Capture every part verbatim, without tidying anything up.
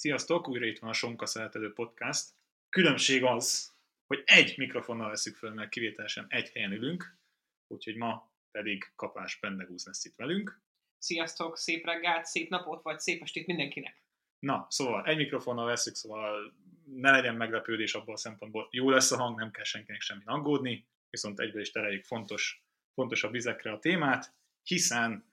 Sziasztok, újra itt van a Sonka Szeretedő Podcast. Különbség az, hogy egy mikrofonnal veszük föl, mert kivételesen egy helyen ülünk, úgyhogy ma pedig Kapás Bendegúz lesz itt velünk. Sziasztok, szép reggelt, szép napot, vagy szép estét mindenkinek. Na, szóval egy mikrofonnal veszük, szóval ne legyen meglepődés abból a szempontból. Jó lesz a hang, nem kell senkinek semmin aggódni, viszont egyből is tereljük fontos, fontosabb vizekre a témát, hiszen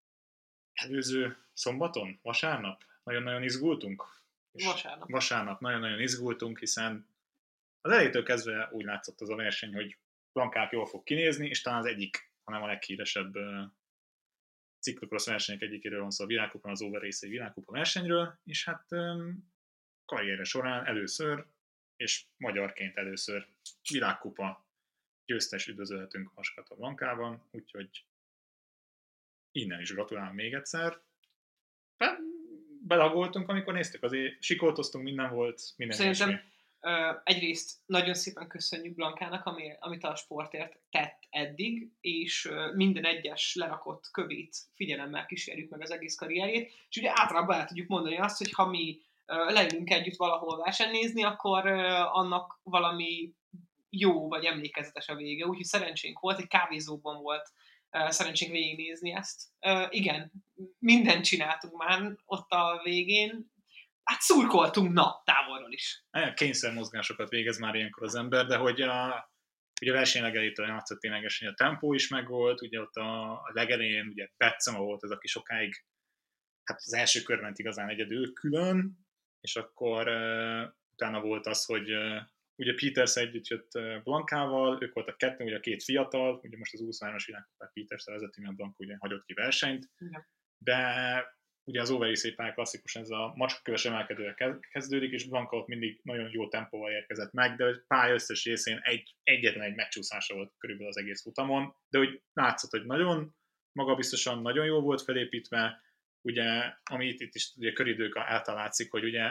előző szombaton, vasárnap nagyon-nagyon izgultunk. És Vasárnap. Vasárnap nagyon-nagyon izgultunk, hiszen az elejétől kezdve úgy látszott az a verseny, hogy Blankák jól fog kinézni, és talán az egyik, hanem a leghíresebb uh, ciklokrosz versenyek egyikéről van szó, a világkupa, az Overrace egy világkupa versenyről, és hát um, karrierje során először, és magyarként először világkupa győztes üdvözölhetünk Vaskata Blankában, úgyhogy innen is gratulálom még egyszer. Belagoltunk, amikor néztük, azért sikoltoztunk, minden volt, minden Szerintem ilyesmi. uh, egyrészt nagyon szépen köszönjük Blankának, ami, amit a sportért tett eddig, és uh, minden egyes lerakott kövét figyelemmel kísérjük meg az egész karrierjét, és ugye általában el tudjuk mondani azt, hogy ha mi uh, leülünk együtt valahol versenynézni, akkor uh, annak valami jó vagy emlékezetes a vége, úgyhogy szerencsénk volt, egy kávézóban volt Uh, szerencsénk végignézni ezt. Uh, igen, mindent csináltunk már ott a végén. Hát szurkoltunk, na, távolról is. Kényszermozgásokat végez már ilyenkor az ember, de hogy a, ugye a verseny legelejétől látszott ténylegesen, hogy a tempó is megvolt, ugye ott a, a legelején ugye Betzema volt az, aki sokáig, hát az első kör ment igazán egyedül külön, és akkor uh, utána volt az, hogy uh, ugye Peters együtt jött Blankával, ők voltak kettő, ugye a két fiatal, ugye most az huszonhármas világkupát Peters vezeti, mert Blanka ugye hagyott ki versenyt, igen. De ugye az Overrace egy pálya klasszikus, ez a macskaköves emelkedőre kezdődik, és Blanka ott mindig nagyon jó tempóval érkezett meg, de a pálya összes részén egy, egyetlen egy meccsúszása volt körülbelül az egész futamon, de úgy látszott, hogy nagyon magabiztosan, nagyon jó volt felépítve, ugye, ami itt, itt is ugye köridők által látszik, hogy ugye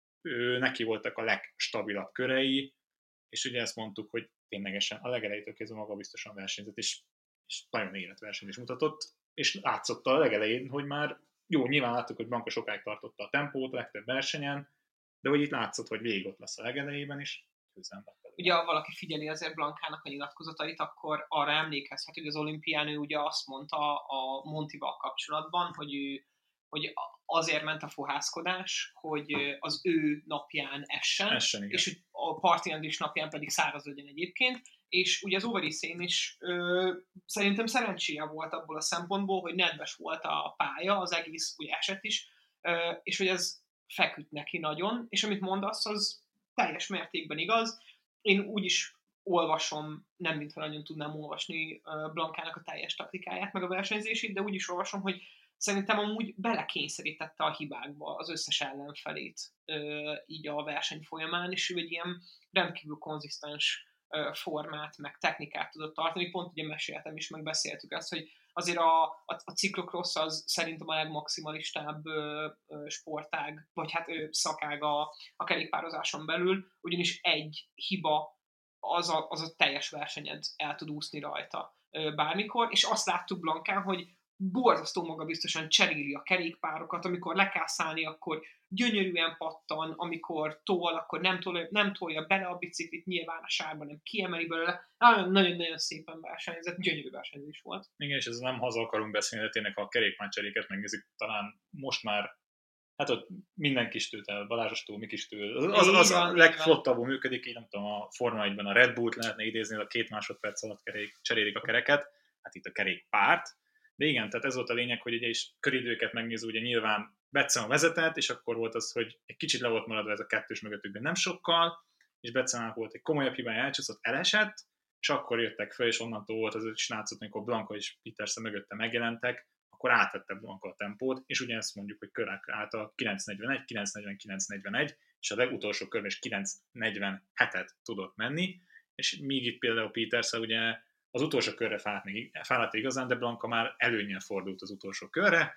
ő, neki voltak a legstabilabb körei, és ugye ezt mondtuk, hogy ténylegesen a legelejétől kezdve magabiztosan versenyzett, és, és nagyon életversenyt is mutatott, és látszott a legelején, hogy már jó, nyilván láttuk, hogy Blanka sokáig tartotta a tempót a legtöbb versenyen, de hogy itt látszott, hogy végig ott lesz a legelejében is, közel lett. Ugye, ha valaki figyeli azért Blankának a nyilatkozatait, akkor arra emlékezhet, hogy az olimpián ő ugye azt mondta a Montival kapcsolatban, hogy ő hogy azért ment a fohászkodás, hogy az ő napján essen, essen és a Party napján pedig száraz legyen egyébként, és ugye az Overrace-én is ö, szerintem szerencséje volt abból a szempontból, hogy nedves volt a pálya, az egész úgy esett is, ö, és hogy ez feküdt neki nagyon, és amit mondasz, az teljes mértékben igaz. Én úgy is olvasom, nem mintha nagyon tudnám olvasni Blankának a teljes taktikáját, meg a versenyzését, de úgy is olvasom, hogy szerintem amúgy belekényszerítette a hibákba az összes ellenfelét így a verseny folyamán, és ő egy ilyen rendkívül konzisztens formát, meg technikát tudott tartani. Pont ugye meséltem is, meg beszéltük ezt, hogy azért a, a, a ciklokrosz az szerintem a legmaximalistább ö, ö, sportág, vagy hát ö, szakág a, a kerékpározáson belül, ugyanis egy hiba az a, az a teljes versenyed el tud úszni rajta ö, bármikor, és azt láttuk Blankán, hogy borzasztó magabiztosan cseréli a kerékpárokat, amikor le kell szállni, akkor gyönyörűen pattan, amikor tol, akkor nem tolja, nem tolja bele a biciklit nyilván a sárba, nem kiemeli belőle. Nagyon-nagyon szépen versenyzett, gyönyörű versenyzés volt. Igen, és ez nem haza akarunk beszélni, de tényleg ha a kerékpárcseréket megnézzük, talán most már, hát ott minden kis tőtel, Balázsostól, mi kis től, az, az, az a legflottabbul működik, így nem tudom, a Forma egyben a Red Bullt lehetne idézni, a két másodperc alatt kerék, cserélik a kereket, hát itt a kerékpárt. De igen, tehát ez volt a lényeg, hogy ugye is köridőket megnéző, ugye nyilván Betzema vezetett, és akkor volt az, hogy egy kicsit le volt maradva ez a kettős mögöttük, de nem sokkal, és Betzemának volt egy komolyabb hibája, elcsúszott, elesett, és akkor jöttek fel, és onnantól volt az, hogy látszott, amikor Blanka és Petersen mögötte megjelentek, akkor átvette Blanka a tempót, és ugye ezt mondjuk, hogy körök által kilenc negyvenegy, kilenc negyven, kilenc negyvenegy, és a legutolsó körben is kilenc negyvenhetet tudott menni, és míg itt például Petersen ugye az utolsó körre fáradt igazán, de Blanka már előnnyel fordult az utolsó körre,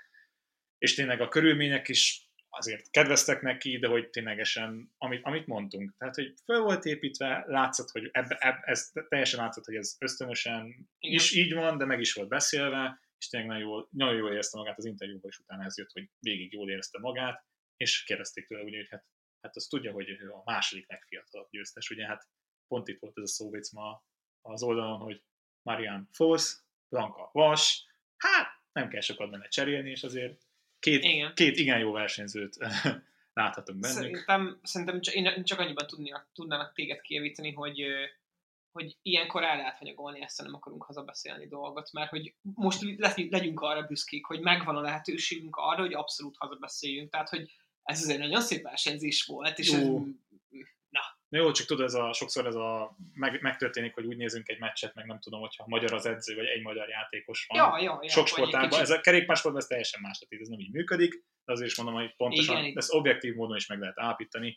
és tényleg a körülmények is azért kedveztek neki, de hogy ténylegesen, amit, amit mondtunk, tehát, hogy föl volt építve, látszott, hogy ebbe, ebbe, ez teljesen látszott, hogy ez ösztönösen igen. is így van, de meg is volt beszélve, és tényleg nagyon jól, nagyon jól érezte magát az interjúban, és utána ez jött, hogy végig jól érezte magát, és kérdezték tőle, ugye, hogy hát, hát azt tudja, hogy ő a második legfiatalabb győztes, ugye hát pont itt volt ez a szóvic ma az oldalon, hogy Marianne Vos, Blanka Vas, hát nem kell sokat benne cserélni, és azért két igen, két igen jó versenyzőt láthatunk bennük. Szerintem, szerintem csak, én csak annyiban tudnék, tudnának téged kijavítani, hogy, hogy ilyenkor el lehet hanyagolni ezt, ha nem akarunk hazabeszélni dolgot, mert hogy most legyünk arra büszkék, hogy megvan a lehetőségünk arra, hogy abszolút hazabeszéljünk, tehát hogy ez azért nagyon szép versenyzés volt, és ez, na. Na jó, csak tudod, ez a, sokszor ez a, meg, megtörténik, hogy úgy nézünk egy meccset, meg nem tudom, hogyha magyar az edző, vagy egy magyar játékos van. Ja, ja, ja, sok sportában, ez a kerékpársportban ez teljesen más, tehát ez nem így működik, de azért is mondom, hogy pontosan igen, ezt objektív módon is meg lehet állapítani.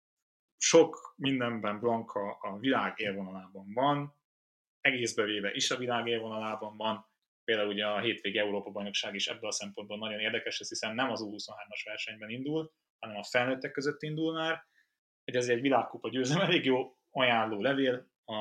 Sok mindenben Blanka a világ élvonalában van, egészbe véve is a világ élvonalában van, például ugye a hétvégi Európa-bajnokság is ebből a szempontból nagyon érdekes, hiszen nem az U huszonhármas versenyben indul, hanem a felnőttek között indul már, hogy ez egy világkupa győzelem, elég jó ajánló levél a,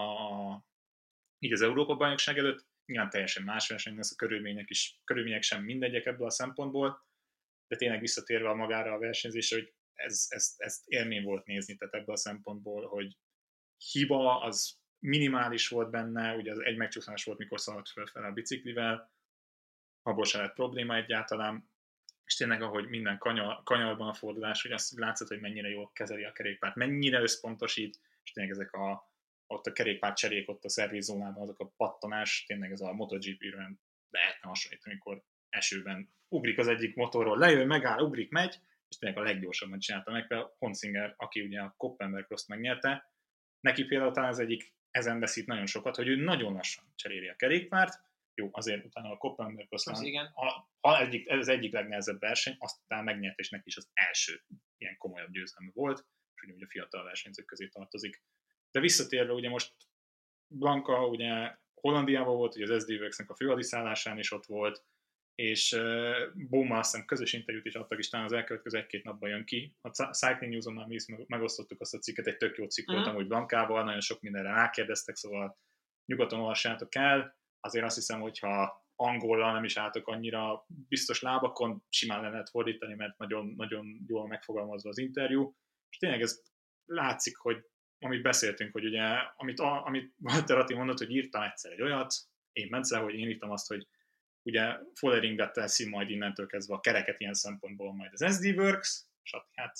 így az Európa-bajnokság előtt, nyilván teljesen más verseny, ez a körülmények, is, körülmények sem mindegyek ebből a szempontból, de tényleg visszatérve a magára a versenyzésre, hogy ez, ez, ezt élmény volt nézni, tehát ebből a szempontból, hogy hiba az minimális volt benne, ugye az egy megcsúszás volt, mikor szaladt fölfele a biciklivel, abból se lett probléma egyáltalán, és tényleg, ahogy minden kanyar, kanyarban a fordulás, hogy azt látszott, hogy mennyire jól kezeli a kerékpárt, mennyire összpontosít, és tényleg ezek a, ott a kerékpár cserék, ott a szervízzónában, azok a pattanás, tényleg ez a MotoGP-ben lehetne hasonlítani, amikor esőben ugrik az egyik motorról, lejön, megáll, ugrik, megy, és tényleg a leggyorsabban csinálta meg, például Honsinger, aki ugye a Koppenberg Cross-t megnyerte, neki például talán az egyik ezen veszít nagyon sokat, hogy ő nagyon lassan cseréli a kerékpárt, jó, azért utána a Koppenberg Cross-tán, ha, ha egyik, ez egyik legnehezebb verseny, azt utána megnyert, és neki is az első ilyen komolyabb győzelme volt, és ugye, ugye a fiatal versenyzők közé tartozik. De visszatérve, ugye most Blanka ugye Hollandiában volt, ugye az es dé Works-nek a főadiszállásán is ott volt, és uh, Bowman azt hiszem közös interjút is adtak, és talán az elkövetkező egy-két napban jön ki. A Cycling News-on már mi is megosztottuk azt a cikket, egy tök jó cikk volt amúgy Blankával, nagyon sok mindenre rákérdeztek, szóval nyugodtan olvassátok el. Azért azt hiszem, hogyha angollal nem is álltok annyira biztos lábakon, simán le lehet fordítani, mert nagyon, nagyon jól megfogalmazva az interjú. És tényleg ez látszik, hogy amit beszéltünk, hogy ugye, amit, a, amit Walter Atti mondott, hogy írtam egyszer egy olyat, én Bence, hogy én írtam azt, hogy ugye Folleringet teszi majd innentől kezdve a kereket ilyen szempontból majd az es dé Works, és hát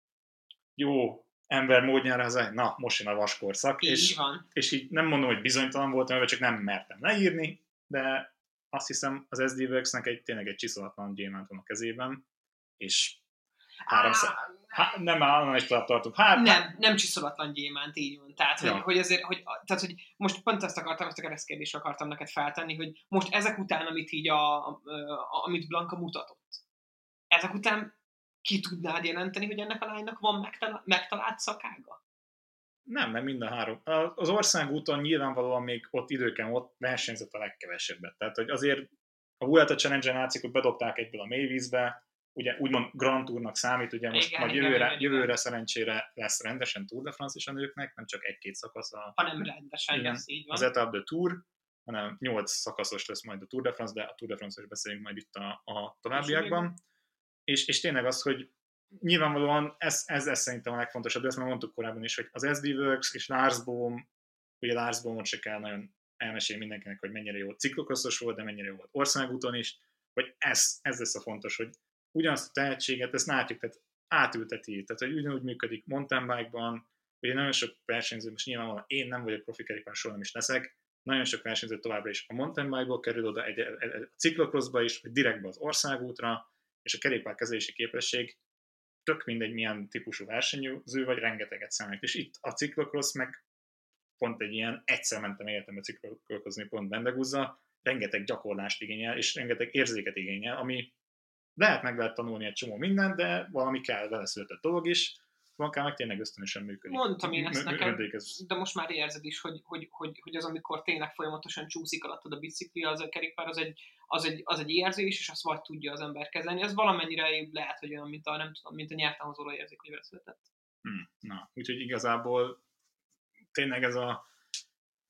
jó ember módjára az, na, most jön a vaskorszak, és, és így nem mondom, hogy bizonytalan voltam, mert csak nem mertem leírni, de azt hiszem az es dé Works-nek egy, tényleg egy csiszolatlan gyémánt van a kezében, és háromszor, há, nem állandóan is tovább tartunk. Hát, nem, nem csiszolatlan gyémánt, így van. Tehát, hogy, ja. hogy azért, hogy, tehát, hogy most pont ezt akartam, ezt a keresztkérdést akartam neked feltenni, hogy most ezek után, amit így a, a, a amit Blanka mutatott, ezek után ki tudnád jelenteni, hogy ennek a lánynak van megtalált, megtalált szakága? Nem, mert mind a három. Az országúton nyilvánvalóan még ott időken ott versenyzett a legkevesebbet. Tehát, hogy azért a Vuelta Challenge-en látszik, hogy bedobták egyből a mélyvízbe, ugye úgymond Grand Tournak számít, ugye most igen, majd igen, jövőre, igen, jövőre igen. Szerencsére lesz rendesen Tour de France is a nőknek, nem csak egy-két szakasz. A, hanem rendesen igen, lesz, így van. Az Etape de Tour, hanem nyolc szakaszos lesz majd a Tour de France, de a Tour de France-os beszélünk majd itt a, a továbbiakban. És, és tényleg az, hogy nyilvánvalóan ez, ez, ez szerintem a legfontosabb, de ezt már mondtuk korábban is, hogy az es dé Works és Lars Boom, ugye Lars Boomot se kell nagyon elmesélni mindenkinek, hogy mennyire jó ciklokroszos volt, de mennyire jó volt országúton is, hogy ez, ez lesz a fontos, hogy ugyanazt a tehetséget, ezt látjuk, tehát átülteti, tehát hogy ugyanúgy működik mountain bike-ban, ugye nagyon sok versenyző, most nyilvánvalóan én nem vagyok profi kerékpár, soha nem is leszek, nagyon sok versenyző továbbra is a mountain bike-ból kerül oda, egy, egy, egy, a ciklokroszba is, vagy direktbe az országútra, és a kerékpárkezelési képesség tök mindegy milyen típusú versenyző, vagy rengeteget számít. És itt a ciklokrosz meg pont egy ilyen, egyszer mentem életembe ciklokrozni pont Bendegúzza, rengeteg gyakorlást igényel, és rengeteg érzéket igényel, ami lehet meg lehet tanulni egy csomó mindent, de valami kell, vele született dolog is, Blanka meg tényleg ösztönösen működik. Mondtam én ezt neked, de most már érzed is, hogy, hogy, hogy, hogy az, amikor tényleg folyamatosan csúszik alattad a bicikli, az a kerékpár, az egy, az egy, az egy érzés, és azt vagy tudja az ember kezelni. Ez valamennyire lehet, hogy olyan, mint a, nem tudom, mint a nyelvtanhozó érzék, hogy vele született. Hmm, na, úgyhogy igazából tényleg ez a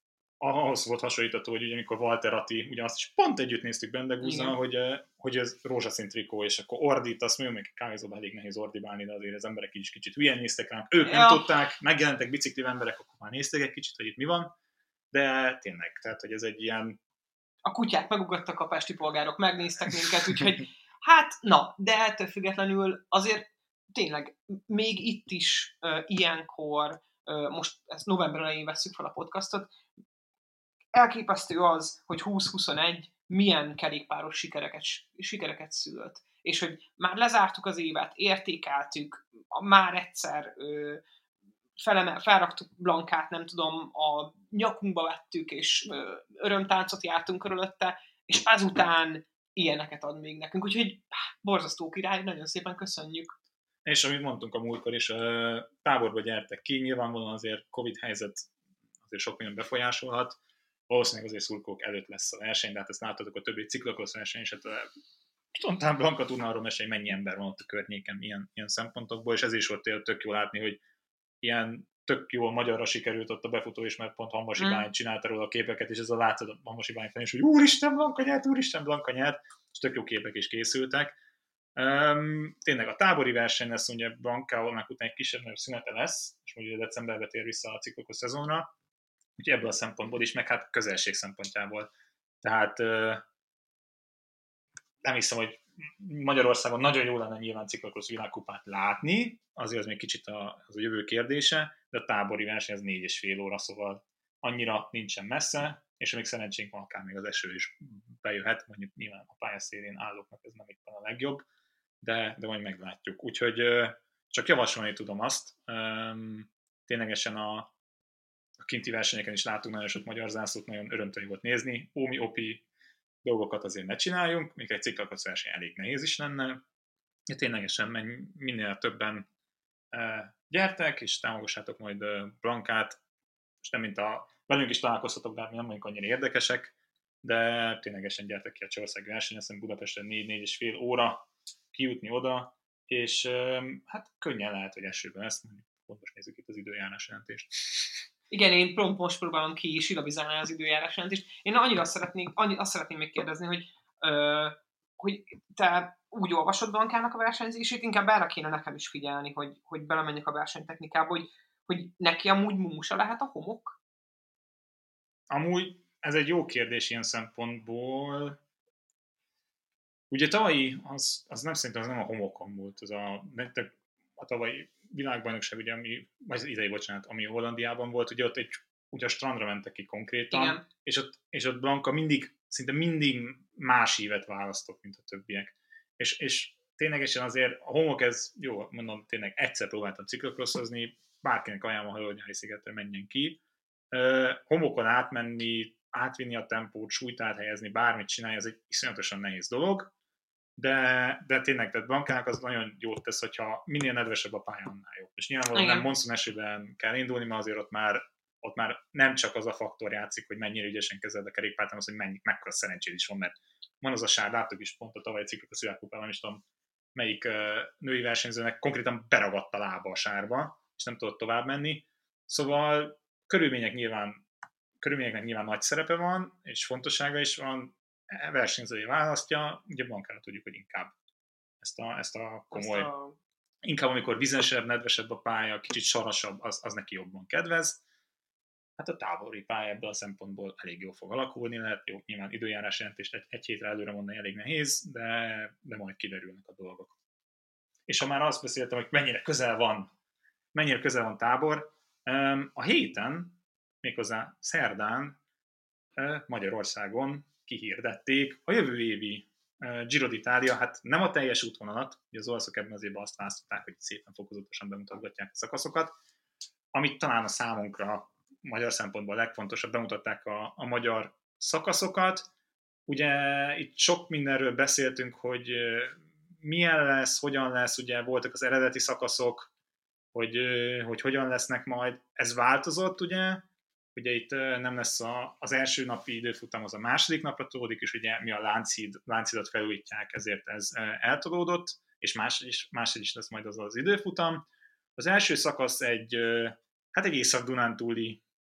ahhoz volt hasonlítható, hogy ugye, amikor Walter Atti, ugye azt is pont együtt néztük Bendegúzzal, hogy, hogy ez rózsaszín trikó, és akkor ordít, azt mondjuk, még kávézóban elég nehéz ordibálni, de azért az emberek így is kicsit hülyen néztek ránk. Ők nem ja. tudták, megjelentek biciklivel emberek, akkor már néztek egy kicsit, hogy itt mi van, de tényleg, tehát, hogy ez egy ilyen... A kutyák megugattak, a pesti polgárok megnéztek minket, úgyhogy hát, na, de ettől függetlenül azért tényleg még itt is uh, ilyenkor, uh, most ezt november elején vesszük fel a podcastot, elképesztő az, hogy húsz huszonegy milyen kerékpáros sikereket, sikereket szült. És hogy már lezártuk az évet, értékeltük, már egyszer ö, feleme, felraktuk Blankát, nem tudom, a nyakunkba vettük, és ö, örömtáncot jártunk körülötte, és azután ilyeneket ad még nekünk. Úgyhogy borzasztó király, nagyon szépen köszönjük. És amit mondtunk a múltkor is, táborba gyertek ki, nyilvánvalóan azért Covid helyzet azért sok minden befolyásolhat, valószínűleg azért szurkolók előtt lesz a verseny, de hát ezt láthatok a többi ciklokrosz verseny, és hát spontán Blanka tudna arról mesélni, mennyi ember van ott a környéken ilyen, ilyen szempontokból, és ez is volt tök jó látni, hogy ilyen tök jól magyarra sikerült ott a befutó is, mert pont Hamvasi mm. Bány csinálta róla a képeket, és ez a látszat a Hamvasi Bány felé is, hogy úristen Blanka nyert, úristen Blanka nyert, és tök jó képek is készültek. Um, tényleg a tábori verseny lesz, ugye Blankának után egy kisebb szünete lesz, és ugye decemberben tér vissza a ciklokos szezonra, úgyhogy ebből a szempontból is, meg hát közelség szempontjából. Tehát uh, nem hiszem, hogy Magyarországon nagyon jó lenne nyilván ciklokrosz világkupát látni, azért az még kicsit a, az a jövő kérdése, de a tábori verseny az négy és fél óra, szóval annyira nincsen messze, és még szerencsénk van, akár még az eső is bejöhet, mondjuk nyilván a pályaszélén állóknak ez nem éppen a legjobb, de, de majd meglátjuk. Úgyhogy csak javasolni tudom azt, ténylegesen a, a kinti versenyeken is látunk nagyon sok magyar zászlót, nagyon örömteli volt nézni, ómi-opi dolgokat azért ne csináljunk, még egy ciklokrosz verseny elég nehéz is lenne, de ténylegesen menj, minél többen gyertek, és támogassátok majd Blankát, és nem mint a velünk is találkoztatok, de hát mi nem vagyunk annyira érdekesek, de ténylegesen gyertek ki a Csehország versenyre, hiszen Budapesten négy-négy és fél óra kijutni oda, és hát könnyen lehet, hogy esőben lesz, pont most nézzük itt az időjárás jelentést. Igen, én pont most próbálom ki silabizálni az időjárás jelentést. Én annyira azt szeretnék, annyi, azt szeretném még kérdezni, hogy, ö, hogy te úgy olvasod Blankának a versenyzését, inkább erre kéne nekem is figyelni, hogy, hogy belemenjek a versenytechnikába, hogy, hogy neki amúgy mumusa lehet a homok? Amúgy ez egy jó kérdés ilyen szempontból. Ugye tavalyi, az, az nem szerintem az nem a homokon volt, az a, a tavalyi világbajnokság, ugye, ami, vagy az idei, bocsánat, ami Hollandiában volt, ugye ott egy, ugye a strandra mentek ki konkrétan, és ott, és ott Blanka mindig, szinte mindig más ívet választott, mint a többiek. És, és ténylegesen azért a homok ez, jó, mondom, tényleg egyszer próbáltam ciklokrosszozni, bárkinek ajánlom, hogy Hajógyári-szigetre menjen ki. Uh, homokon átmenni, átvinni a tempót, súlyt áthelyezni, bármit csinálni, ez egy iszonyatosan nehéz dolog, de, de tényleg, tehát Blankának az nagyon jót tesz, hogyha minél nedvesebb a pálya, annál jobb. És nyilvánvalóan nem monszun esőben kell indulni, mert azért ott már, ott már nem csak az a faktor játszik, hogy mennyire ügyesen kezeled a kerékpárt, hanem az, hogy mennyi, mekkora szerencséd is van, mert van az a sár, láttuk is pont a tavalyi ciklokrosz világkupában, is tudom, melyik uh, női versenyzőnek konkrétan beragadt a lába a sárba, és nem tudott tovább menni. Szóval körülmények nyilván, körülményeknek nyilván nagy szerepe van, és fontossága is van, versenyzői választja, ugye Blankára tudjuk, hogy inkább ezt a, ezt a komoly, ezt a... inkább amikor vizesebb, nedvesebb a pálya, kicsit sarasabb, az, az neki jobban kedvez. Hát a tábori pálya ebből a szempontból elég jól fog alakulni, lehet jó, nyilván időjárás jelentést egy, egy hétre előre mondani elég nehéz, de, de majd kiderülnek a dolgok. És ha már azt beszéltem, hogy mennyire közel van, mennyire közel van tábor, a héten, méghozzá szerdán Magyarországon kihirdették a jövő évi Giro d'Italia, hát nem a teljes útvonalat, ugye az olaszok ebben az évben azt választották, hogy szépen fokozatosan bemutatgatják a szakaszokat, amit talán a számunkra magyar szempontból a legfontosabb, bemutatták a, a magyar szakaszokat. Ugye itt sok mindenről beszéltünk, hogy milyen lesz, hogyan lesz, ugye voltak az eredeti szakaszok, hogy, hogy hogyan lesznek majd. Ez változott, ugye? Ugye itt nem lesz a, az első napi időfutam, az a második napra tolódik, és ugye mi a láncid, láncidat felújítják, ezért ez eltolódott, és máshogy is, máshogy is lesz majd az az időfutam. Az első szakasz egy, hát egy Észak-Dunántúli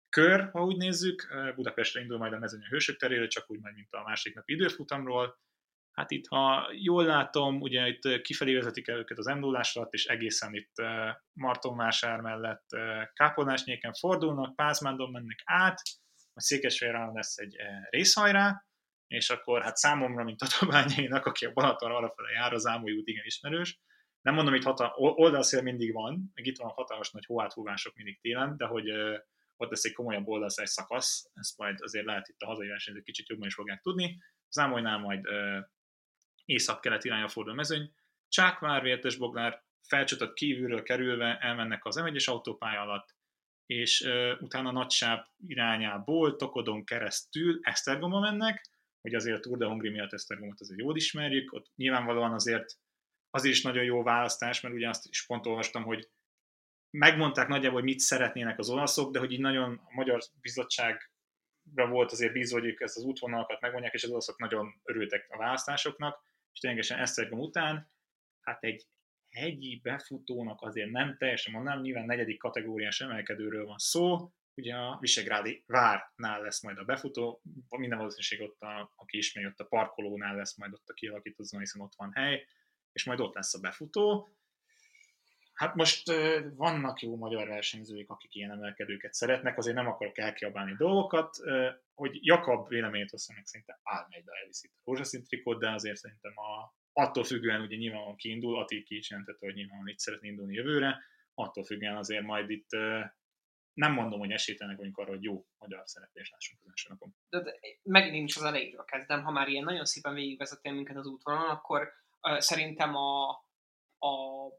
kör, ha úgy nézzük. Budapestre indul majd a mezőny a Hősök teréről, csak úgy majd, mint a másik napi időfutamról. Hát itt, ha jól látom, ugye itt kifelé vezetik el őket az emdulás alatt, és egészen itt Martonvásár mellett Kápolnásnyéken fordulnak, Pázmándon mennek át, a Székesfehérváron lesz egy részhajrá, és akkor hát számomra, mint tatabányainak, aki a Balaton arrafele jár, az Ámoly út igen ismerős. Nem mondom, itt hata- oldalszél mindig van, meg itt van hatalmas nagy hóáthúvások mindig télen, de hogy ott lesz egy komolyabb oldalszél szakasz, ezt majd azért lehet itt a hazai versenyzők kicsit jobban is fogják tudni. Az Ámolynál majd észak-kelet irányba fordul a mezőny. Csákvár, Vértesboglár Felcsútat kívülről kerülve elmennek az em egyes autópálya alatt, és uh, utána Nagysáp irányából Tokodon keresztül Esztergomba mennek, hogy azért a Tour de Hongrie miatt Esztergomot azért jól ismerjük, ott nyilvánvalóan azért azért is nagyon jó választás, mert ugye azt is pont olvastam, hogy megmondták nagyjából, hogy mit szeretnének az olaszok, de hogy így nagyon a Magyar Bizottságra volt azért bízva, hogy ezt az útvonalakat megmondják, és az olaszok nagyon örültek a választásoknak, és ténylegesen Esztergom után, hát egy hegyi befutónak azért nem teljesen mondanám, nyilván negyedik kategóriás emelkedőről van szó, ugye a Visegrádi várnál lesz majd a befutó, minden valószínűség ott, a, aki ismeri, ott a parkolónál lesz majd ott a kialakított zóna, hiszen ott van hely, és majd ott lesz a befutó. Hát most uh, vannak jó magyar versenyzők, akik ilyen emelkedőket szeretnek, azért nem akarok elkiabálni dolgokat, uh, hogy Jakab véleményét osztanak, szerintem Almeida elviszi a rózsaszín trikót, de azért szerintem a, attól függően ugye nyilvánvalóan kiindul, Ati ki is jelentette, hogy nyilvánvalóan itt szeretné indulni jövőre, attól függően azért majd itt uh, nem mondom, hogy esélytelenek vagyunk arra, hogy jó magyar szereplést lássunk az első napon. De, de megint én is az elejéről kezdem, ha már ilyen nagyon szépen végigvezettél minket az útvonalon, akkor uh, szerintem a, a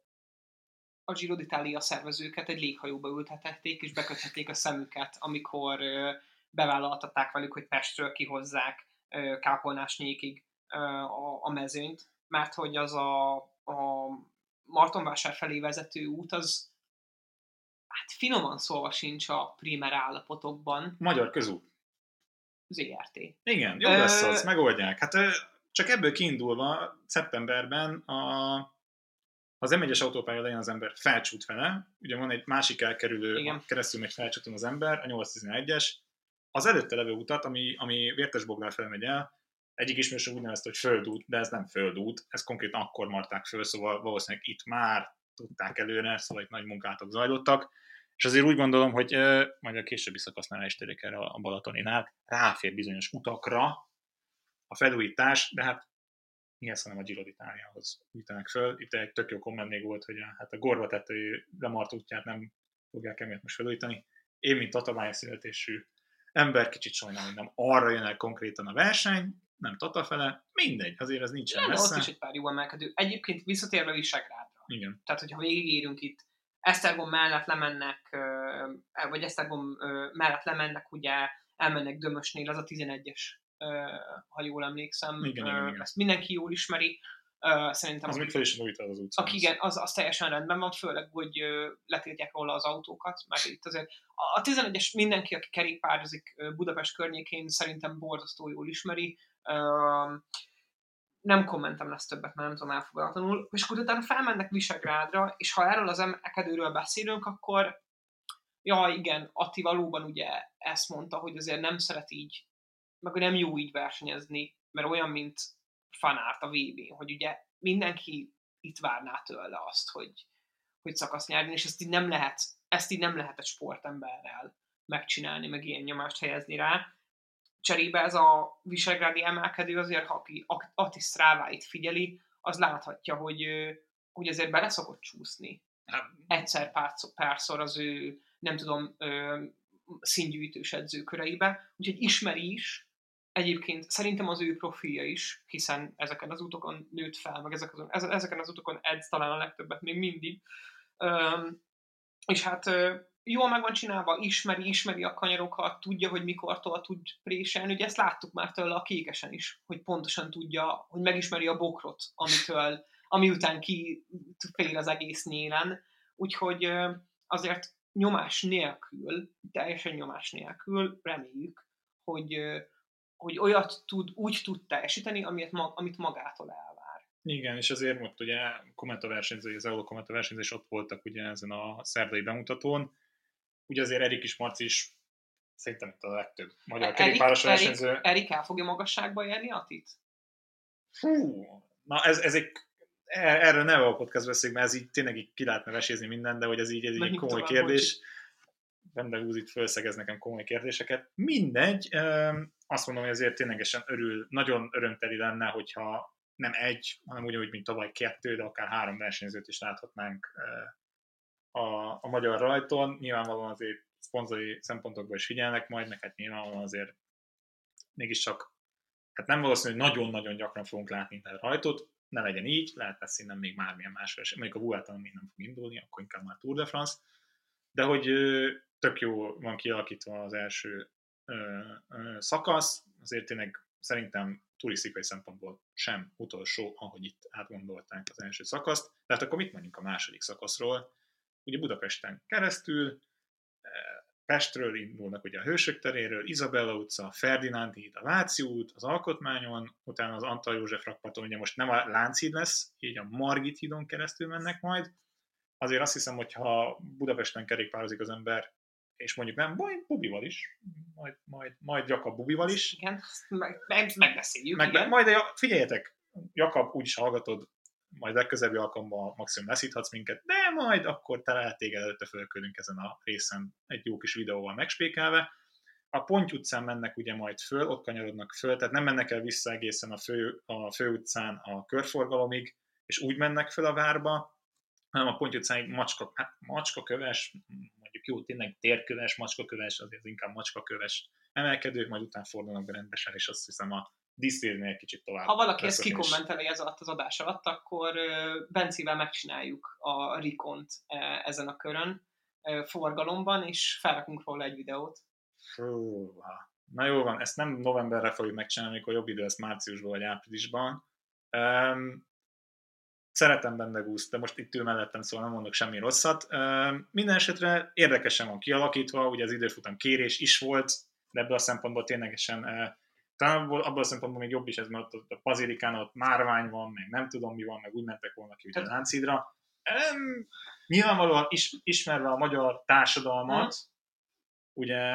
a Giro d'Italia szervezőket egy léghajóba ültették, és beköthették a szemüket, amikor ö, bevállaltatták velük, hogy Pestről kihozzák ö, Kápolnásnyékig ö, a, a mezőnyt, mert hogy az a, a Martonvásár felé vezető út, az hát finoman szólva sincs a primer állapotokban. Magyar közút. zé er té. Igen, jó lesz az, megoldják. Hát csak ebből kiindulva szeptemberben a az em egyes autópálya legyen az ember Felcsút fele, ugye van egy másik elkerülő, keresztül megy Felcsúton az ember, a nyolcszáztizenegyes, az előtte levő utat, ami, ami Vértesboglár felé megy el, egyik ismerőség úgy nevezte, hogy földút, de ez nem földút, ez konkrétan akkor marták föl, szóval valószínűleg itt már tudták előre, szóval itt nagy munkátok zajlottak, és azért úgy gondolom, hogy eh, majd a későbbi szakasznál is térjék erre a Balatoninál, ráfér bizonyos utakra a felújítás, de hát mi ezt, hanem a Giro d'Italiához ütenek föl. Itt egy tök jó komment még volt, hogy a, hát a Gorba tetői lemart útját nem fogják emiatt most felújítani. Én, mint tatabánya születésű ember, kicsit sajnálom, hogy nem arra jön el konkrétan a verseny, nem Tatafele, mindegy, azért ez nincsen nem, messze. Ott is egy pár jó emelkedő. Egyébként visszatérve Visegrádra. Igen. Tehát, hogyha végigérünk itt, Esztergom mellett lemennek, vagy Esztergom mellett lemennek, ugye elmennek Dömösnél, az a tizenegyes, ha jól emlékszem. Igen, igen, igen. Ezt mindenki jól ismeri. Szerintem az még fel is újítva az utcán. Igen, az, az teljesen rendben van, főleg, hogy letiltják róla az autókat, mert itt azért a tizenegyes mindenki, aki kerékpározik Budapest környékén, szerintem borzasztó jól ismeri. Nem kommentem lesz többet, mert nem tudom elfogadatlanul. És akkor utána felmennek Visegrádra, és ha erről az emelkedőről beszélünk, akkor ja, igen, Atti valóban ugye ezt mondta, hogy azért nem szeret így, meg nem jó így versenyezni, mert olyan, mint Fanárt a vé bén, hogy ugye mindenki itt várná tőle azt, hogy, hogy szakasz nyerjen, és ezt így nem lehet, ezt így nem lehet egy sportemberrel megcsinálni, meg ilyen nyomást helyezni rá. Cserébe ez a visegrádi emelkedő azért, ha aki Atti Sztráváit figyeli, az láthatja, hogy, hogy azért bele szokott csúszni. Egyszer pár, párszor az ő, nem tudom, színgyűjtős edzőköreibe, úgyhogy ismeri is. Egyébként szerintem az ő profilja is, hiszen ezeken az utokon nőtt fel, meg ezeken az, ezeken az utokon edz talán a legtöbbet még mindig. Üm, és hát jól meg van csinálva, ismeri, ismeri a kanyarokat, tudja, hogy mikortól tud préselni. Ugye ezt láttuk már tőle a Kékesen is, hogy pontosan tudja, hogy megismeri a bokrot, amitől, ami után ki fél az egész nyélen. Úgyhogy azért nyomás nélkül, teljesen nyomás nélkül reméljük, hogy hogy olyat tud, úgy tud teljesíteni, amit, amit magától elvár. Igen, és azért most ugye kommentarversenyzői, az Eolo kommentarversenyzői is ott voltak ugye ezen a szerdai bemutatón. Ugye azért Erik is Marci is Szerintem itt a legtöbb magyar kerékpáros versenyző. Erik, Erik el fogja magasságba érni Atit? Hú, na ez, ez egy, erről ne a podcast beszéljük, mert ez így tényleg így ki lehetne vesézni minden, de hogy ez így, ez így egy komoly kérdés. Bende Húz itt fölszegez nekem komoly kérdéseket. Mindegy, azt mondom, hogy azért ténylegesen örül, nagyon örömteli lenne, hogyha nem egy, hanem ugyanúgy, mint tavaly kettő, de akár három versenyzőt is láthatnánk a, a magyar rajton. Nyilvánvalóan azért szponzori szempontokból is figyelnek majd, meg hát nyilvánvalóan azért mégiscsak, hát nem valószínű, hogy nagyon-nagyon gyakran fogunk látni minden rajtot, ne legyen így, lehet lesz innen még bármilyen más verseny, mondjuk a Vuelta még nem fog indulni, akkor inkább már Tour de France, de hogy tök jó van kialakítva az első ö, ö, szakasz, azért tényleg szerintem turisztikai szempontból sem utolsó, ahogy itt átgondolták az első szakaszt. Tehát akkor mit mondjuk a második szakaszról? Ugye Budapesten keresztül, Pestről indulnak ugye a Hősök teréről, Izabella utca, Ferdinánd híd, a Váci út, az Alkotmányon, utána az Antal József rakparton, ugye most nem a Lánchíd lesz, így a Margit hídon keresztül mennek majd. Azért azt hiszem, hogy ha Budapesten kerékpározik az ember, és mondjuk nem, majd Bubival is, majd, majd, majd Jakab Bubival is. Igen, meg, meg, megbeszéljük, meg, igen. Majd figyeljetek, Jakab, úgyis hallgatod, majd legközelebbi alkalommal maximum leszíthatsz minket, de majd akkor te lehet téged előtte fölkülünk ezen a részen egy jó kis videóval megspékelve. A Ponty utcán mennek ugye majd föl, ott kanyarodnak föl, tehát nem mennek el vissza egészen a fő, a fő utcán a körforgalomig, és úgy mennek föl a várba, hanem a Ponty utcáig macska, hát macskaköves, mondjuk jó, tényleg térköves, macskaköves, azért inkább macskaköves emelkedők, majd után fordulnak be rendesen, és azt hiszem a dísztérnél egy kicsit tovább. Ha valaki ezt kikommenteli ez alatt az adás alatt, akkor Bencivel megcsináljuk a Rikont ezen a körön forgalomban, és felrakunk róla egy videót. Hú, na jó van, ezt nem novemberre fogjuk megcsinálni, amikor jobb idő lesz márciusban vagy áprilisban. Um, Szeretem Bende Húzt, de most itt ül mellettem, szóval nem mondok semmi rosszat. Um, minden esetre érdekesen van kialakítva, ugye az időfutam kérés is volt, de ebből a szempontból ténylegesen uh, talán abban a szempontból még jobb is ez, mert ott a Bazilikán ott márvány van, meg nem tudom mi van, meg úgy mentek volna ki ugye a Lánchídra. Um, nyilvánvalóan is, ismerve a magyar társadalmat, hmm. ugye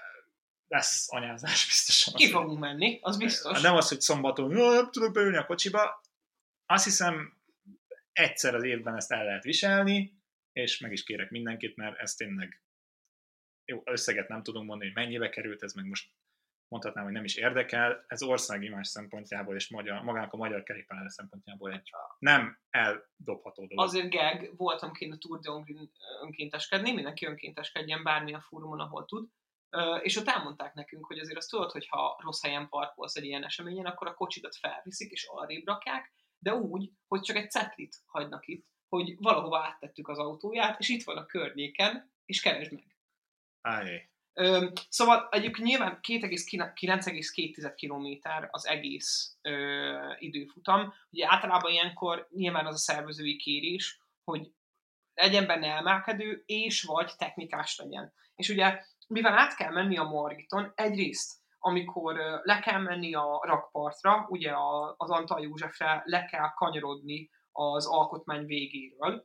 lesz anyázás biztosan. Ki fogunk menni, az biztos. Nem az, hogy szombaton nem tudok beülni a kocsiba. Azt hiszem, egyszer az évben ezt el lehet viselni, és meg is kérek mindenkit, mert ez tényleg jó, összeget nem tudunk mondani, hogy mennyibe került, ez meg most mondhatnám, hogy nem is érdekel. Ez országimás szempontjából és magyar, magának a magyar kerékpár szempontjából egy nem eldobható dolog. Azért geg, voltam kint a Tour de Hongrie önkénteskedni, mindenki önkénteskedjen bármilyen fórumon, ahol tud. Uh, és ott elmondták nekünk, hogy azért azt tudod, hogy ha rossz helyen parkolsz egy ilyen eseményen, akkor a kocsidat felviszik és arrébb rakják, de úgy, hogy csak egy cetlit hagynak itt, hogy valahova áttettük az autóját, és itt van a környéken, és keresd meg. Ájé. Uh, szóval egyébként nyilván kilenc egész két kilométer az egész uh, időfutam. Ugye általában ilyenkor nyilván az a szervezői kérés, hogy legyen benne emelkedő, és vagy technikás legyen. És ugye mivel át kell menni a Margiton, egyrészt, amikor le kell menni a rakpartra, ugye az Antal Józsefre le kell kanyarodni az alkotmány végéről.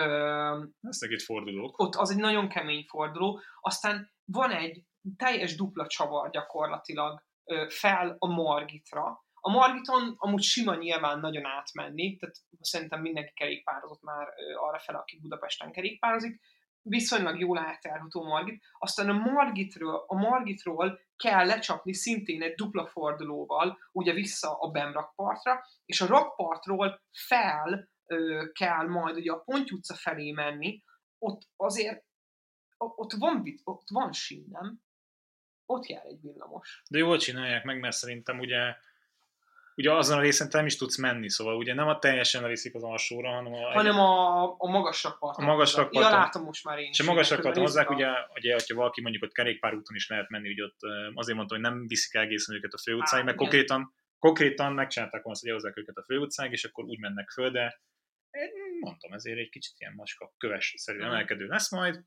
Lesznek itt fordulók. Ott az egy nagyon kemény forduló. Aztán van egy teljes dupla csavar gyakorlatilag fel a Margitra. A Margiton amúgy sima nyilván nagyon átmenni, tehát szerintem mindenki kerékpározott már arra fel, aki Budapesten kerékpározik, viszonylag jól átjárható Margit, aztán a Margitről, a Margitról kell lecsapni szintén egy dupla fordulóval, ugye vissza a Bem rakpartra, és a rakpartról fel ö, kell majd ugye a Ponty utca felé menni, ott azért, ott van, ott van sín, nem? Ott jár egy villamos. De jól csinálják meg, mert szerintem ugye ugye azon a részen te nem is tudsz menni, szóval ugye nem a teljesen leviszik az alsóra, hanem a... Hanem a, a magas rakparton. A magas rakparton. Ja, látom most már én is. És a magas rakparton hozzák, a... ugye, ugye, hogyha valaki mondjuk ott kerékpárúton is lehet menni, ugye ott azért mondtam, hogy nem viszik egészen őket a főutcáig, mert konkrétan, konkrétan megcsinálták volna, hogy elhozzák őket a főutcáig, és akkor úgy mennek föl, de mondtam, ezért egy kicsit ilyen macska köves-szerű hmm. emelkedő lesz majd.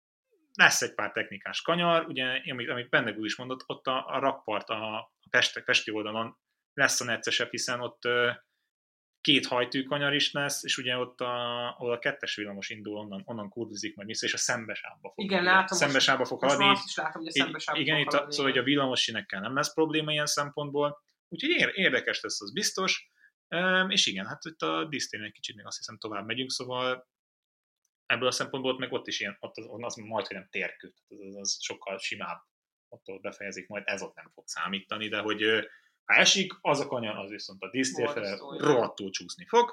Lesz egy pár technikás kanyar, ugye, amit, amit Bende Húz is mondott, ott a, a rakpart, a, a Pest, pesti oldalon lesz a neccesebb, hiszen ott, két hajtűkanyar is lesz, és ugye ott a, ahol a kettes villamos indul, onnan, onnan kurvizik majd vissza, és a szembesávba fog. Igen, látom, szembesávba fog haladni. Most azt is látom, hogy a szembesávba igen, fog haladni. Szóval, hogy a villamos sínekkel nem lesz probléma ilyen szempontból, úgyhogy érdekes lesz, az biztos. Um, és igen, hát itt a Disztén egy kicsit még azt hiszem tovább megyünk, szóval ebből a szempontból meg ott is ilyen, ott az, az majd, hogy nem térkő, az, az, az sokkal simább, ott befejezik majd, ez ott nem fog számítani, de hogy ha esik, az a kanyar, az viszont a Disztér fele rohadtul csúszni fog.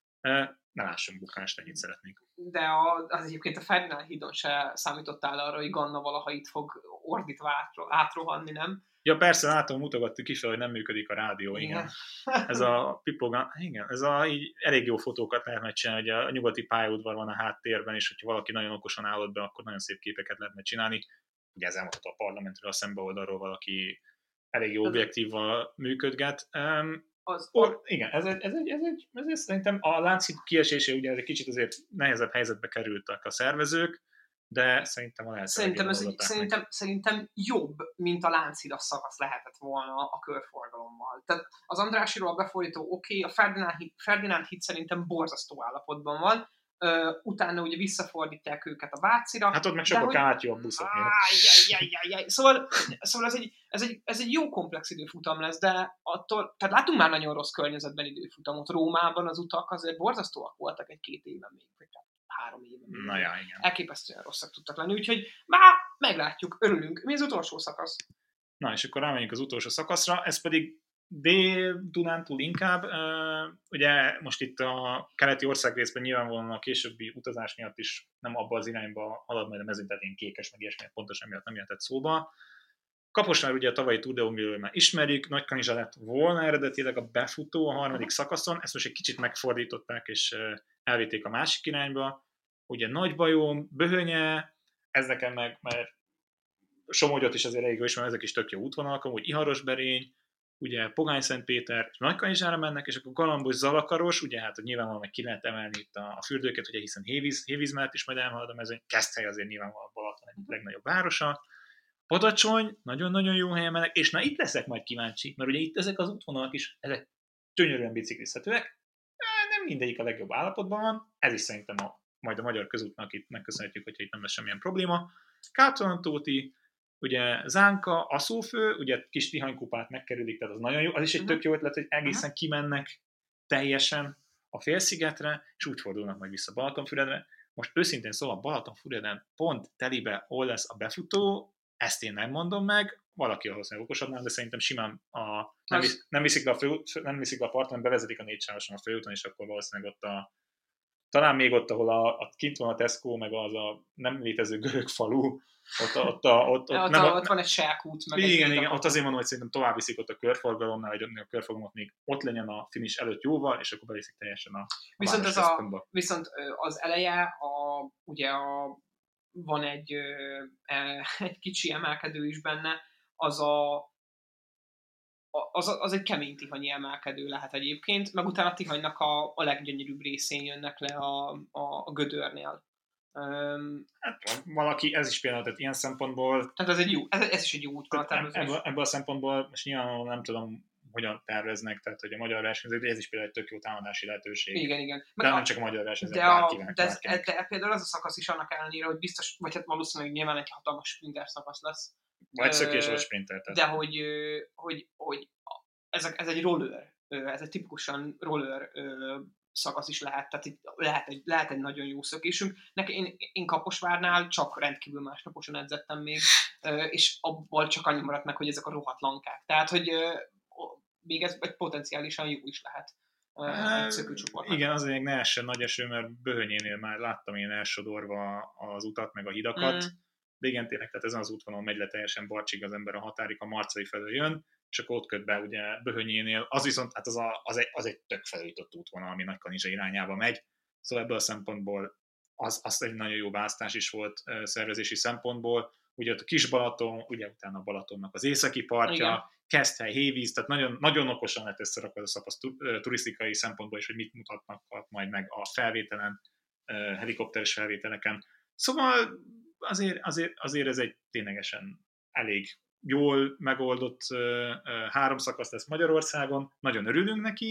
Ne lássunk bukást, ennyit szeretnénk. De a, az egyébként a Ferdinand hídon se számítottál arra, hogy Ganna valaha itt fog ordítva átrohanni, nem? Ja persze, látom, mutogattuk kifele, hogy nem működik a rádió, igen. igen. Ez a pipogan, igen, ez a, így elég jó fotókat lehet megcsinálni, hogy a nyugati pályaudvar van a háttérben, és hogyha valaki nagyon okosan állott be, akkor nagyon szép képeket lehetne csinálni. Ugye ezen mondható a parlamentről, a szembe oldalról valaki elég jó objektívval működget. Um, az, or, igen, ez egy, ez egy, ez egy, ez egy szerintem a Lánchíd kiesése ugye egy kicsit azért nehezebb helyzetbe kerültek a szervezők, de szerintem a lehető szerintem, ez egy, szerintem, szerintem jobb, mint a Lánchidas szakasz lehetett volna a körforgalommal. Tehát az Andrássy-ról befordító oké, okay, a Ferdinánd híd, Ferdinánd híd szerintem borzasztó állapotban van, uh, utána ugye visszafordítják őket a Vácira. Hát ott meg sokkal kátyó a buszok. Szóval, szóval ez, egy, ez, egy, ez egy jó komplex időfutam lesz, de attól, tehát látunk már nagyon rossz környezetben időfutamot. Rómában az utak azért borzasztóak voltak egy-két éven még, vagy három éven még. Na ja, igen. Elképesztően rosszak tudtak lenni, úgyhogy már meglátjuk, örülünk. Mi az utolsó szakasz? Na, és akkor rámegyünk az utolsó szakaszra, ez pedig Dél-Dunántúl inkább. Uh, ugye most itt a keleti országrészben nyilvánvalóan a későbbi utazás miatt is nem abba az irányba halad majd a mezőny, tehát én kékes, meg ilyesmi, pontosan miatt nem jöhetett szóba. Kaposvár ugye a tavalyi Tour de Hongriről már ismerjük, Nagykanizsa lett volna eredetileg a befutó a harmadik szakaszon, ezt most egy kicsit megfordították, és elvitték a másik irányba. Ugye Nagybajom, Böhönye, ez nekem meg, mert Somogyot is azért elég jó ismerem, ezek is tök jó útvonalak, úgy Iharosberény, ugye Pogány-Szentpéter, Nagykanizsára mennek, és akkor Galambos, Zalakaros, ugye hát nyilvánvalóan meg ki lehet emelni itt a, a fürdőket, ugye hiszen Hévíz, Hévíz mellett is majd elhalad a mezőny, Keszthely azért nyilvánvalóan Balaton egyik legnagyobb városa, Badacsony, nagyon-nagyon jó helyen mennek, és na itt leszek majd kíváncsi, mert ugye itt ezek az útvonalak is, ezek gyönyörűen biciklizhetőek, nem mindegyik a legjobb állapotban van, ez is szerintem a, majd a magyar közútnak itt megköszönhetjük, hogyha itt nem lesz semmilyen probléma. Káptalantóti, ugye Zánka, Aszófő, ugye kis Tihanykupát megkerülik, tehát az nagyon jó, az is egy tök jó ötlet, hogy egészen kimennek teljesen a félszigetre, és úgy fordulnak majd vissza Balatonfüredre. Most őszintén szóval Balatonfüreden pont telibe hol lesz a befutó, ezt én nem mondom meg, valaki ahhoz nem okosodnál, de szerintem simán a, nem, visz, nem, viszik le a fő, nem viszik le a parton, bevezetik a négysávoson a főúton, és akkor valószínűleg ott a talán még ott, ahol a, a kint van a Tesco, meg az a nem létező görög falu, ott, ott, a, ott, ott, nem, ott, ott van egy sákút. Meg igen, igen, ott azért mondom, hogy szerintem tovább viszik ott a körforgalomnál, hogy a körforgalomot még ott legyen a finish előtt jóval, és akkor beviszik teljesen a, a viszont, az a, viszont az eleje, a, ugye a, van egy, egy kicsi emelkedő is benne, az a Az, az egy kemény tihanyi emelkedő lehet egyébként, meg utána a Tihanynak a, a leggyönyörűbb részén jönnek le a, a, a Gödörnél. Um, hát valaki, ez is például, tehát ilyen szempontból... Tehát ez, egy jó, ez, ez is egy jó útvonal tervezés. Ebből, ebből a szempontból most nyilván nem tudom, hogyan terveznek, tehát hogy a magyar versenyzők, de ez is például egy tök jó támadási lehetőség. Igen, igen. Meg de a, nem csak a magyar versenyzők, de, a, de, ez, de például az a szakasz is annak ellenére, hogy biztos, vagy hát valószínűleg nyilván egy hatalmas sprinter szakasz lesz. Vagy szökés, vagy sprinter. De hogy, hogy, hogy ez, ez egy roller, ez egy tipikusan roller szakasz is lehet, tehát itt lehet egy, lehet egy nagyon jó szökésünk. Nekem én, én Kaposvárnál csak rendkívül másnaposan edzettem még, és abból csak annyi maradt meg, hogy ezek a rohadt lankák. Tehát, hogy még ez egy potenciálisan jó is lehet. Igen, azért ne essen nagy eső, mert Böhönyénél már láttam én elsodorva az utat, meg a hidakat. Mm. De igen, tényleg, tehát ezen az útvonalon megy le teljesen Barcsig az ember a határig, a Marcai felől jön, és akkor ott köt be ugye Böhönyénél, az viszont hát az, a, az, egy, az egy tök felújított útvonal, ami Nagykanizsa irányába megy, szóval ebből a szempontból az, az egy nagyon jó választás is volt uh, szervezési szempontból, ugye ott a Kis-Balaton, ugye utána a Balatonnak az északi partja, Keszthely, Hévíz, tehát nagyon, nagyon okosan lehet összerakva a szapasz turisztikai szempontból is, hogy mit mutatnak majd meg a felvételen, uh, helikopteres felvételeken. Szóval azért, azért, azért ez egy ténylegesen elég jól megoldott uh, uh, három szakasz lesz Magyarországon, nagyon örülünk neki,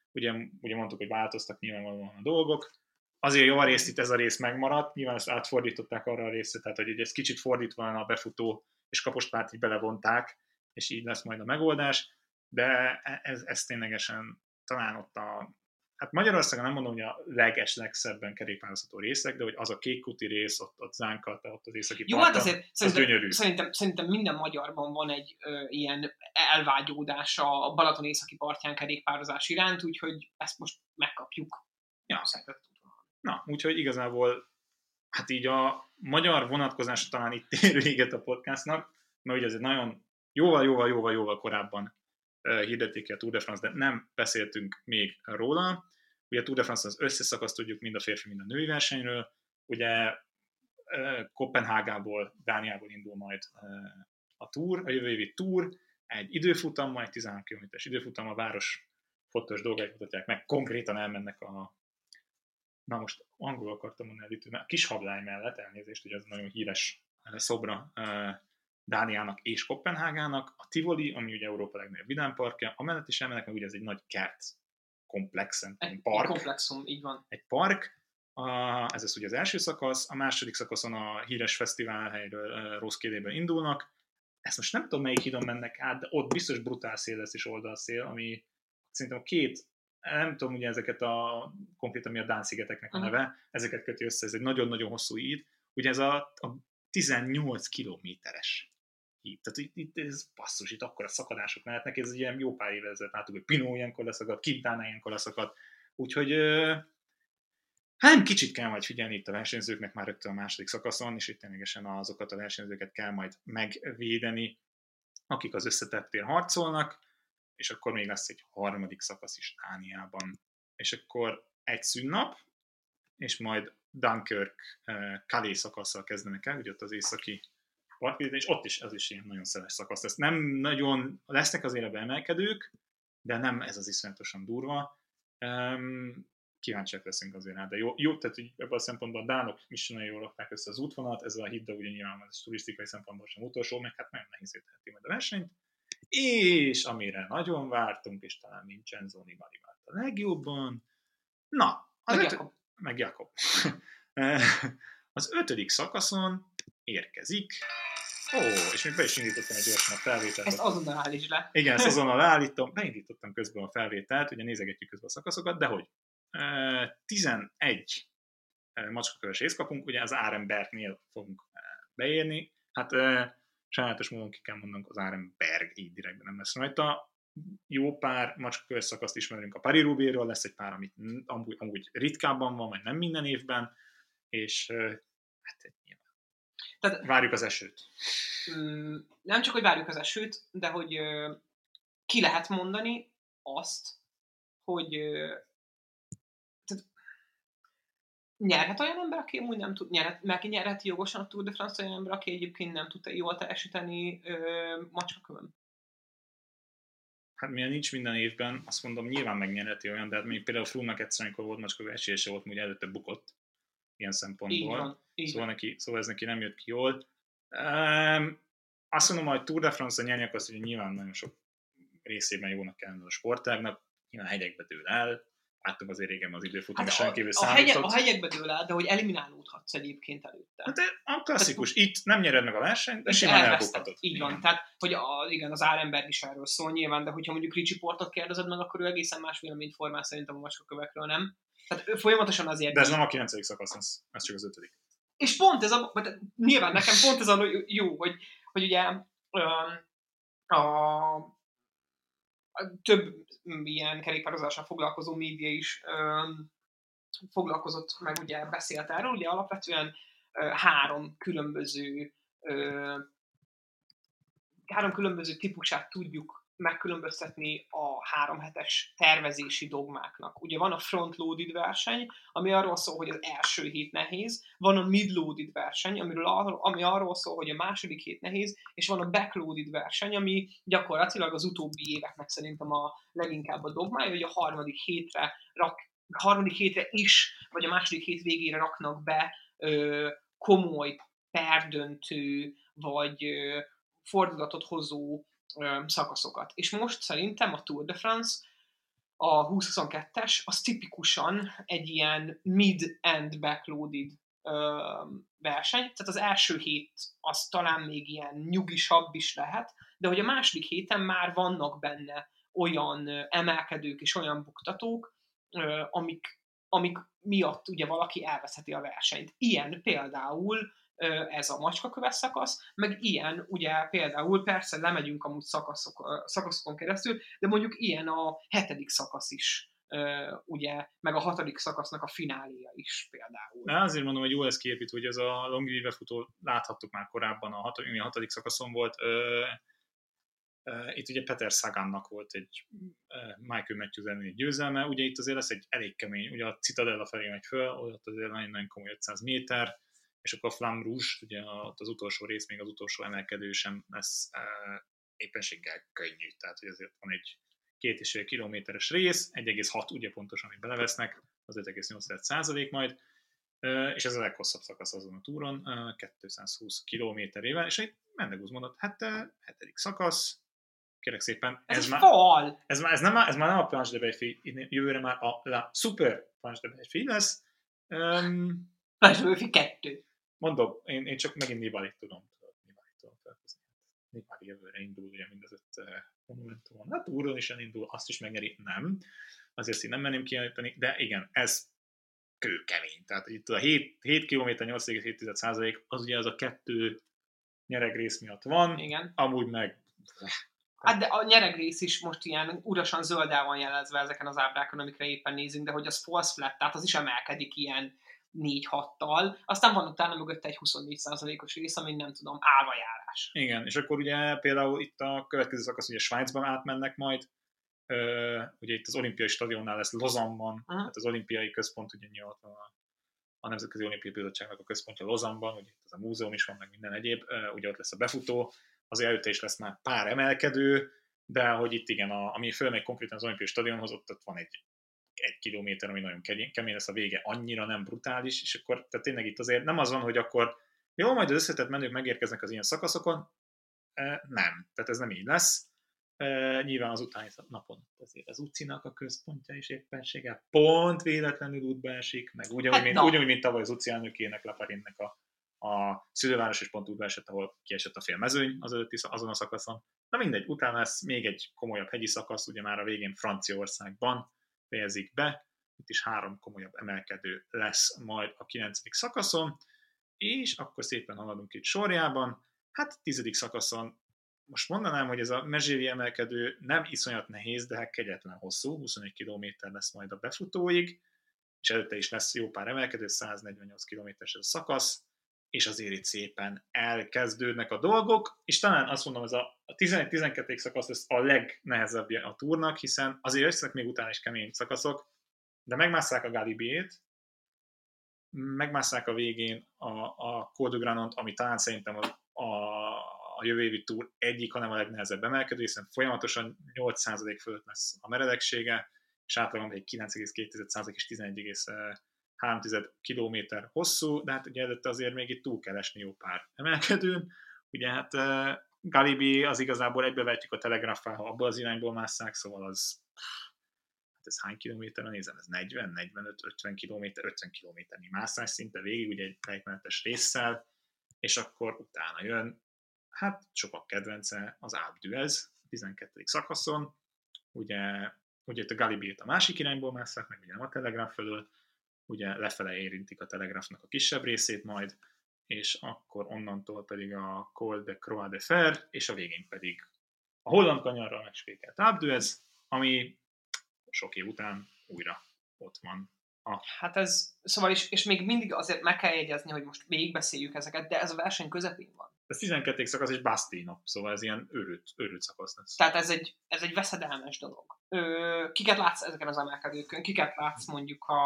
ugye, ugye mondtuk, hogy változtak nyilvánvalóan a dolgok, azért javarészt itt ez a rész megmaradt, nyilván ezt átfordították arra a részre, tehát hogy ez kicsit fordítva a befutó és kapospárt így belevonták, és így lesz majd a megoldás, de ez, ez ténylegesen talán ott a, hát Magyarországon nem mondom, hogy a leges, legszebben kerékpározható részek, de hogy az a kékkuti rész, ott, ott Zánkata, ott az északi jó, parton, hát azért az szerintem, gyönyörű. Szerintem, szerintem minden magyarban van egy ö, ilyen elvágyódása a Balaton északi partján kerékpározás iránt, úgyhogy ezt most megkapjuk. Ja. Na, úgyhogy igazából hát így a magyar vonatkozása talán itt ér véget a podcastnak, mert ugye ez egy nagyon jóval, jóval, jóval, jóval korábban uh, hirdették ki a Tour de France, de nem beszéltünk még róla. Ugye a Tour de France az összeszakaszt tudjuk mind a férfi, mind a női versenyről. Ugye uh, Koppenhágából, Dániából indul majd uh, a Tour, a jövő évi Tour, egy időfutammal, egy tizenhárom kilométeres időfutam, a város fotós dolgait mutatják meg, konkrétan elmennek a na most angolul akartam mondani, a Kishablány mellett, elnézést, ugye az nagyon híres szobra Dániának és Koppenhágának, a Tivoli, ami ugye Európa legnagyobb vidámparkja, amellett is elmennek, meg ugye ez egy nagy kert komplexen, egy park. Egy komplexum, így van. Egy park, a, ez az ugye az első szakasz, a második szakaszon a híres fesztiválhelyről, Roskildében indulnak, ezt most nem tudom, melyik hídon mennek át, de ott biztos brutál szél lesz és oldalszél, ami szerintem a két, nem tudom ugye ezeket a, konkrétan mi a Dán-szigeteknek a neve, uh-huh. ezeket köti össze, ez egy nagyon-nagyon hosszú híd, ugye ez a, a tizennyolc kilométeres híd, tehát itt, itt ez basszus, itt akkora szakadások lehetnek, ez ilyen jó pár éve ezelőtt láttuk, hogy Pinot ilyenkor leszakadt, Quintana ilyenkor leszakadt, úgyhogy hát nem kicsit kell majd figyelni itt a versenyzőknek már rögtön a második szakaszon, és itt ténylegesen azokat a versenyzőket kell majd megvédeni, akik az összetettért harcolnak, és akkor még lesz egy harmadik szakasz is Dániában. És akkor egy szünnap, és majd Dunkirk Calais szakasszal kezdenek el, ugye ott az északi partvidék, és ott is ez is ilyen nagyon szeles szakasz. Ezt nem nagyon, lesznek azért a beemelkedők, de nem ez az iszonyatosan durva. Um, kíváncsiak leszünk azért rá, de jó, jó tehát ebből a szempontból a dánok is nagyon jól rakták össze az útvonalat, ez a híd, ugye nyilván ez turisztikai szempontból sem utolsó, meg hát nagyon nehéz teheti majd a versenyt. És amire nagyon vártunk, és talán Vincenzo Nibali várt a legjobban, na, az meg öt... Jakob. Meg Jakob. Az ötödik szakaszon érkezik, ó, és még be is indítottam egy gyorsan a felvételt. Ezt azonnal állítsd le. Igen, ezt azonnal állítom, beindítottam közben a felvételt, ugye nézegetjük közben a szakaszokat, de hogy tizenegy macskaköves részt kapunk, ugye az Arenbergnél fogunk beérni, hát sajnálatos módon ki kell mondanunk, az Arenberg így direktben nem lesz rajta. Jó pár macskaköves szakaszt ismerünk a Paris-Roubaixról, lesz egy pár, amit amúgy, amúgy ritkábban van, vagy nem minden évben, és hát nyilván. Tehát, várjuk az esőt. Nem csak, hogy várjuk az esőt, de hogy ki lehet mondani azt, hogy tehát, nyerhet olyan ember, aki amúgy nem tud, nyerhet, meg nyerheti jogosan a Tour de France olyan ember, aki egyébként nem tud jól teljesíteni macskakövön? Hát mivel nincs minden évben, azt mondom, nyilván megnyerheti olyan, de hát még például Froome-nak egyszer, amikor volt macskakövő esélyese volt, ugye előtte bukott ilyen szempontból. Így van, így szóval, neki, szóval ez neki nem jött ki jól. Um, azt mondom, hogy Tour de France-a nyerni, azt, hogy nyilván nagyon sok részében jónak kell lenni a sportágnak, nyilván hegyekbe dől el, láttuk azért régen az időfutam, hát senkívül a, a, hegye, a hegyekbe dől el, de hogy eliminálódhatsz egyébként előtte. Hát a klasszikus, tehát, itt nem nyered meg a versenyt, de simán elbukhatod. Így igen. Van, tehát hogy a, igen, az Arenberg is erről szól nyilván, de hogyha mondjuk Richie Portot kérdezed meg, akkor ő egészen más véleményt formál szerintem a macskakövekről, nem? Tehát folyamatosan azért... De ez nem a kilencedik szakasz, ez, ez csak az ötödik. És pont ez a... Nyilván nekem pont ez a jó, hogy, hogy ugye a, a több ilyen kerékpározással foglalkozó média is öm, foglalkozott, meg ugye beszélt erről, ugye alapvetően ö, három különböző ö, három különböző típusát tudjuk megkülönböztetni a három hetes tervezési dogmáknak. Ugye van a front-loaded verseny, ami arról szól, hogy az első hét nehéz, van a mid-loaded verseny, amiről arról, ami arról szól, hogy a második hét nehéz, és van a back-loaded verseny, ami gyakorlatilag az utóbbi éveknek szerintem a leginkább a dogmája, hogy a harmadik hétre, rak, harmadik hétre is, vagy a második hét végére raknak be ö, komoly perdöntő, vagy ö, fordulatot hozó ö, szakaszokat. És most szerintem a Tour de France a húsz huszonkettes, az tipikusan egy ilyen mid-end backloaded ö, verseny, tehát az első hét az talán még ilyen nyugisabb is lehet, de hogy a második héten már vannak benne olyan emelkedők és olyan buktatók, ö, amik, amik miatt ugye valaki elveszheti a versenyt. Ilyen például ez a macskaköves szakasz, meg ilyen, ugye például persze lemegyünk amúgy szakaszok, szakaszokon keresztül, de mondjuk ilyen a hetedik szakasz is, ugye, meg a hatodik szakasznak a fináléja is például. Na, azért mondom, hogy jó lesz kiépítve, hogy ez a Longview futó láthattuk már korábban, a hatodik, a hatodik szakaszon volt. Itt ugye Peter Sagannak volt egy Michael Matthews elleni győzelme, ugye itt azért lesz egy elég kemény, ugye a Citadella felé megy föl, ott azért nagyon-nagyon komoly ötszáz méter, és akkor a Flamme Rouge, ugye az utolsó rész, még az utolsó emelkedő sem lesz e, éppenséggel könnyű. Tehát, hogy azért van egy két és fél kilométeres rész, egy egész hat ugye pontosan, amit belevesznek, az öt egész nyolc százalék majd, e, és ez a leghosszabb szakasz azon a túron, e, kétszázhúsz kilométerével, és itt Mendegúz mondott, hát e, hetedik szakasz, kérek szépen, ez, ez, már, fal. ez, már, ez, nem, ez már nem a Planche de Belfi, jövőre már a La Super Planche de Belfi lesz. Um, Planche de Belfi kettő. Mondom, én, én csak megint Nibali tudom. Nibali tudom felhozni. Nibali jövőre indul, ugye mind az öt uh, monumentumon. Hát túron is elindul, azt is megnyeri, nem. Azért így nem menném kijelenteni, de igen, ez kőkemény. Tehát itt a hét kilométer nyolc egész hét százalék, az ugye az a kettő nyeregrész miatt van. Igen. Amúgy meg... Hát de a nyeregrész is most ilyen urasan zöldel van jelezve ezeken az ábrákon, amikre éppen nézünk, de hogy az false flat, tehát az is emelkedik ilyen négy-hattal, aztán van utána mögött egy huszonnégy százalékos rész, ami nem tudom, állva járás. Igen, és akkor ugye például itt a következő szakasz, ugye Svájcban átmennek majd, uh, ugye itt az olimpiai stadionnál lesz Lausanne-ban, uh-huh. Tehát az olimpiai központ, ugye nyilván a, a Nemzetközi Olimpiai Bizottságnak a központja Lausanne-ban, ugye itt az a múzeum is van, meg minden egyéb, uh, ugye ott lesz a befutó, azért előtte is lesz már pár emelkedő, de hogy itt igen, a, ami fölmegy konkrétan az olimpiai stadionhoz, ott, ott van egy egy kilométer, ami nagyon kemény lesz, a vége annyira nem brutális, és akkor tehát tényleg itt azért nem az van, hogy akkor jó, majd az összetett menők megérkeznek az ilyen szakaszokon, e, nem, tehát ez nem így lesz. E, nyilván az utáni napon azért az Ucinak a központja is éppenséggel pont véletlenül útba esik, meg ugyanúgy, hát mint, ugyanúgy, mint tavaly az Uci elnökének, Laparinnek a, a szülőváros is pont útba esett, ahol kiesett a fél mezőny az előtti, azon a szakaszon. Na mindegy, utána lesz még egy komolyabb hegyi szakasz, ugye már a végén Franciaországban fejezik be, itt is három komolyabb emelkedő lesz majd a kilencedik szakaszon, és akkor szépen haladunk itt sorjában. Hát tizedik szakaszon, most mondanám, hogy ez a mezséri emelkedő nem iszonyat nehéz, de hát kegyetlen hosszú, huszonegy kilométer lesz majd a befutóig, és előtte is lesz jó pár emelkedő, száznegyvennyolc kilométeres ez a szakasz, és azért itt szépen elkezdődnek a dolgok, és talán azt mondom, ez a tizenegy-tizenkettedik szakasz lesz a legnehezebb a túrnak, hiszen azért összenek még utána is kemény szakaszok, de megmásszák a Galibiét, megmásszák a végén a, a Col de Granont, ami talán szerintem a, a, a jövő évi túr egyik, hanem a legnehezebb emelkedő, hiszen folyamatosan nyolc százalék fölött lesz a meredeksége, és átlagon egy kilenc egész két százalék és tizenegy egész három kilométer hosszú, de hát ugye előtte azért még itt túl kell esni jó pár emelkedőn. Ugye hát uh, Galibi az igazából egybevetjük a Telegraffal, ha abból az irányból másszák, szóval az hát ez hány kilométerre nézem, ez negyven, negyvenöt, ötven kilométer, ötven kilométernyi mászás szinte végig, ugye egy lejtmenetes résszel, és akkor utána jön, hát sokak kedvence az Alpe d'Huez, a tizenkettedik szakaszon, ugye, ugye itt a Galibiét a másik irányból másszák, meg ugye nem a Telegraf fölött, ugye lefele érintik a Telegrafnak a kisebb részét majd, és akkor onnantól pedig a Col de Croix de Fer, és a végén pedig a holland kanyarral megspékelt Alpe d'Huez, ami sok év után újra ott van. A... Hát ez, szóval is, és még mindig azért meg kell jegyezni, hogy most végigbeszéljük ezeket, de ez a verseny közepén van. Ez tizenkettedik szakasz és Bastille, szóval ez ilyen őrült, őrült szakasz lesz. Tehát ez egy, ez egy veszedelmes dolog. Ö, kiket látsz ezeken az emelkedőkön? Kiket látsz mondjuk a...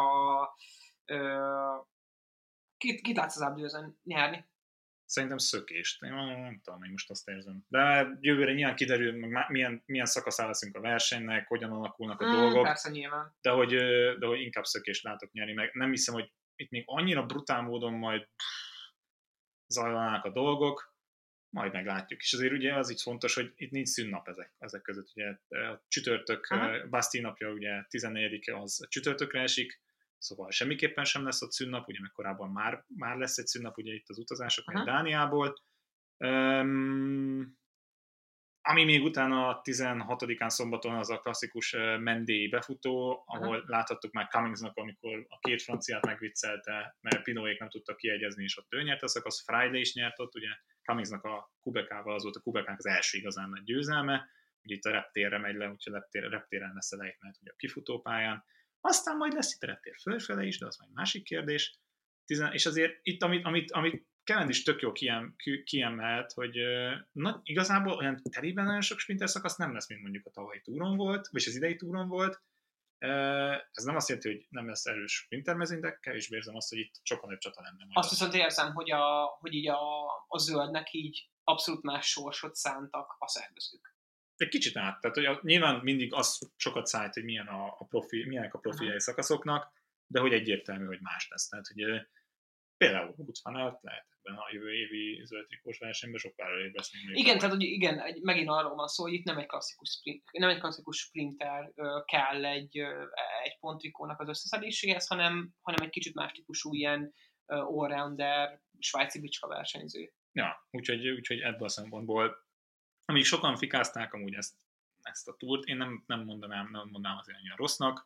Ö, kit, kit látsz az Alpe d'Huezen nyerni? Szerintem Szökést. Én nem, nem tudom, én most azt érzem. De jövőre nyilván kiderül, meg milyen, milyen szakaszán leszünk a versenynek, hogyan alakulnak a mm, dolgok. Persze, nyilván. De hogy, de hogy inkább Szökést látok nyerni, meg nem hiszem, hogy itt még annyira brutál módon majd zajlanának a dolgok. majd meglátjuk. És azért ugye az így fontos, hogy itt nincs szünnap ezek, ezek között. Ugye a csütörtök, uh-huh. Bastille napja ugye tizennegyedike az csütörtökre esik, szóval semmiképpen sem lesz ott szünnap, ugye meg korábban már, már lesz egy szünnap, ugye itt az utazások uh-huh. Dániából. Um, ami még utána a tizenhatodikán szombaton az a klasszikus Mendé befutó, ahol uh-huh. láthattuk már Cummingsnak, amikor a két franciát megviccelte, mert Pinoék nem tudtak kiegyezni, és ott ő nyert a szakasz, Friday is nyert ott, ugye Cummingsnak a Kubekával, az volt a Kubekánk az első igazán nagy győzelme, ugye itt a reptérre megy le, úgyhogy a reptér, reptéren lesz a lejtmenet ugye a kifutópályán. Aztán majd lesz itt a reptér fölfele is, de az majd másik kérdés. Tizen- és azért itt, amit, amit, amit Cavendish tök jó kiem, kiemelt, hogy uh, na, igazából olyan terében nagyon sok sprinter szakasz nem lesz, mint mondjuk a tavalyi túron volt, vagy az idei túron volt. Uh, ez nem azt jelenti, hogy nem lesz erős sprintermezőny, de kevésbé érzem azt, hogy itt sokkal nagyobb csata lenne. Azt viszont érzem, hogy, a, hogy így a, a zöldnek így abszolút más sorsot szántak a szervezők. Egy kicsit át, tehát hogy a, nyilván mindig az sokat szállít, hogy milyen a, a profi, milyenek a profiljai uh-huh. szakaszoknak, de hogy egyértelmű, hogy más lesz. Tehát, hogy uh, például Wout van Aert lehet ebben a jövő évi zöld trikós versenyben sokkal előbb lesz. Igen, tehát hogy igen, egy, megint arról van szó, hogy itt nem egy klasszikus, sprint, nem egy klasszikus sprinter uh, kell egy, uh, egy ponttrikónak az összeszedéséhez, hanem, hanem egy kicsit más típusú ilyen uh, all-rounder, svájci bicska versenyző. Ja, úgyhogy, úgyhogy ebből a szempontból, amíg sokan fikázták amúgy ezt, ezt a túrt, én nem, nem mondanám, nem mondanám azért annyira rossznak,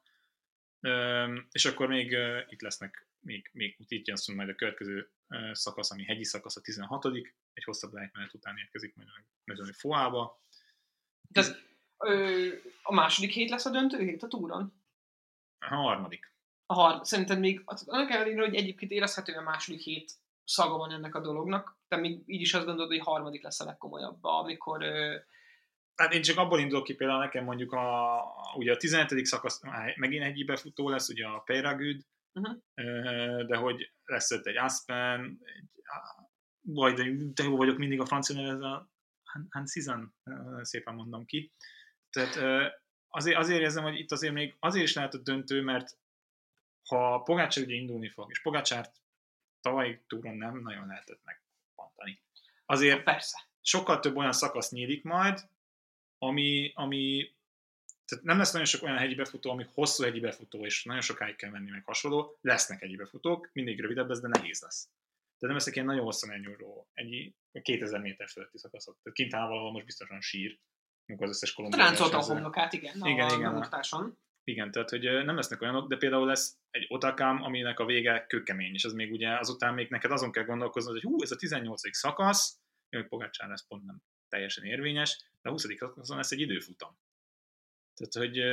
uh, és akkor még uh, itt lesznek még, még itt jön majd a következő uh, szakasz, ami hegyi szakasz, a tizenhatodik egy hosszabb lejtmenet után érkezik majd a mezőny Foába. Tehát ö, a második hét lesz a döntő hét a túron? A harmadik. A har- Szerinted még, annak ellenére, hogy egyébként érezhetően a második hét szaga van ennek a dolognak, de még így is azt gondolod, hogy harmadik lesz a legkomolyabb, amikor... Ö... Hát én csak abból indulok ki, például nekem mondjuk a, ugye a tizenhetedik szakasz megint hegyi befutó lesz, ugye a Peyragude, uh-huh. de hogy lesz ott egy Aspen, egy, vagy de jó vagyok mindig a francia neve, ez a Hansizan, szépen mondom ki. Tehát azért, azért érzem, hogy itt azért még azért is lehet a döntő, mert ha Pogačar ugye indulni fog, és Pogačart tavalyi túron nem nagyon lehetett megpantani. Azért persze. Sokkal több olyan szakasz nyílik majd, ami, ami tehát nem lesz nagyon sok olyan hegyi befutó, ami hosszú hegyi befutó, és nagyon sokáig kell menni, meg hasonló. Lesznek hegyi befutók, mindig rövidebb lesz, de nehéz lesz. Tehát nem lesznek ilyen nagyon hosszan elnyúló, ennyi kétezer méter fölötti szakaszok. Tehát kint áll valahol most biztosan sír, amikor az összes kolombiai versenyző. Ráncolta a homlokát, igen, igen, a igen, bemutatáson. Igen, tehát hogy nem lesznek olyanok, de például lesz egy Otakam, aminek a vége kőkemény, és az még ugye azután még neked azon kell gondolkozni, hogy hú, ez a tizennyolcadik szakasz, hogy Pogačar lesz pont nem teljesen érvényes, de a huszadik szakaszon lesz egy időfutam. Tehát, hogy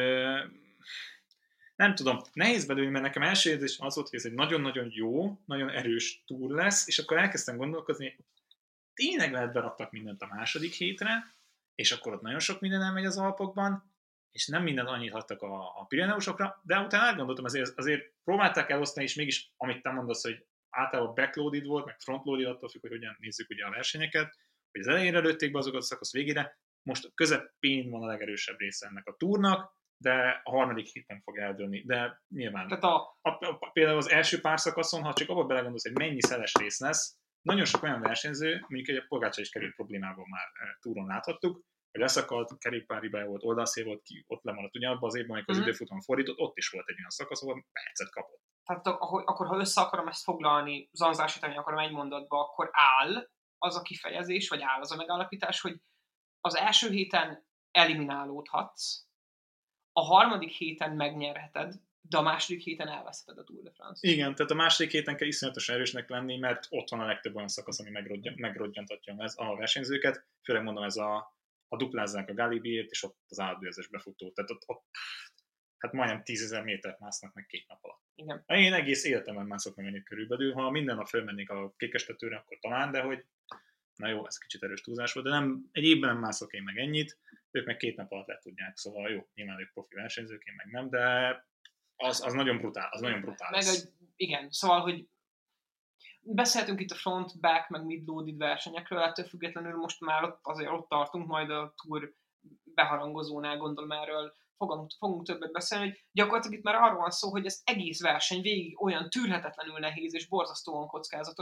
nem tudom, nehéz belőle, mert nekem első érzés az volt, hogy ez egy nagyon-nagyon jó, nagyon erős túr lesz, és akkor elkezdtem gondolkozni, tényleg lehet beraktak mindent a második hétre, és akkor ott nagyon sok minden elmegy az Alpokban, és nem mindent annyit hattak a, a Pirineusokra, de utána elgondoltam, azért, azért próbálták elosztani, és mégis, amit te mondasz, hogy általában backloaded volt, meg frontloaded, attól függ, hogy hogyan nézzük ugye a versenyeket, hogy az elejére lőtték be azokat a szakasz végére, most a közepén van a legerősebb része ennek a túrnak, de a harmadik héten fog eldőlni. De nyilván a... A, a, a, például az első pár szakaszon, ha csak abba belegondolsz, hogy mennyi szeles rész lesz, nagyon sok olyan versenyző, mondjuk egy Pogačar is került problémával már e, túron láthattuk, hogy leszakadt, kerékpárhibája volt, oldalszél volt, ki ott lemaradt. Ugye abban az évben, amikor az mm-hmm. időfutam fordított, ott is volt egy olyan szakasz, ahol percet kapott. Tehát akkor, akkor ha össze akarom ezt foglalni, zanzásítani akarom egy mondatba, akkor áll az a kifejezés, vagy áll az a megállapítás, hogy az első héten eliminálódhatsz, a harmadik héten megnyerheted, de a második héten elveszheted a Tour de France. Igen, tehát a második héten kell iszonyatosan erősnek lenni, mert ott van a legtöbb olyan szakasz, ami megrodjan, megrodjantatja a versenyzőket. Főleg mondom, ez a, a duplázzák a Galibiét, és ott az átbőrzes befutó. Tehát ott, ott hát majdnem tízezer métert másznak meg két nap alatt. Igen. Én egész életemben mászok meg ennyit körülbelül. Ha minden nap fölmennék a Kékestetőre, akkor talán, de hogy na jó, ez kicsit erős túlzás volt, de nem, egy évben nem mászok én meg ennyit, ők meg két nap alatt le tudják, szóval jó, nyilván ők profi versenyzők, én meg nem, de az, az nagyon brutál, az nagyon brutál. Meg egy, igen, szóval, hogy beszéltünk itt a front, back, meg mid-loaded versenyekről, ettől függetlenül most már ott, azért ott tartunk, majd a Tour beharangozónál gondolom erről fogunk, fogunk többet beszélni, hogy gyakorlatilag itt már arról van szó, hogy ez egész verseny végig olyan tűrhetetlenül nehéz és borzasztóan kockázatos,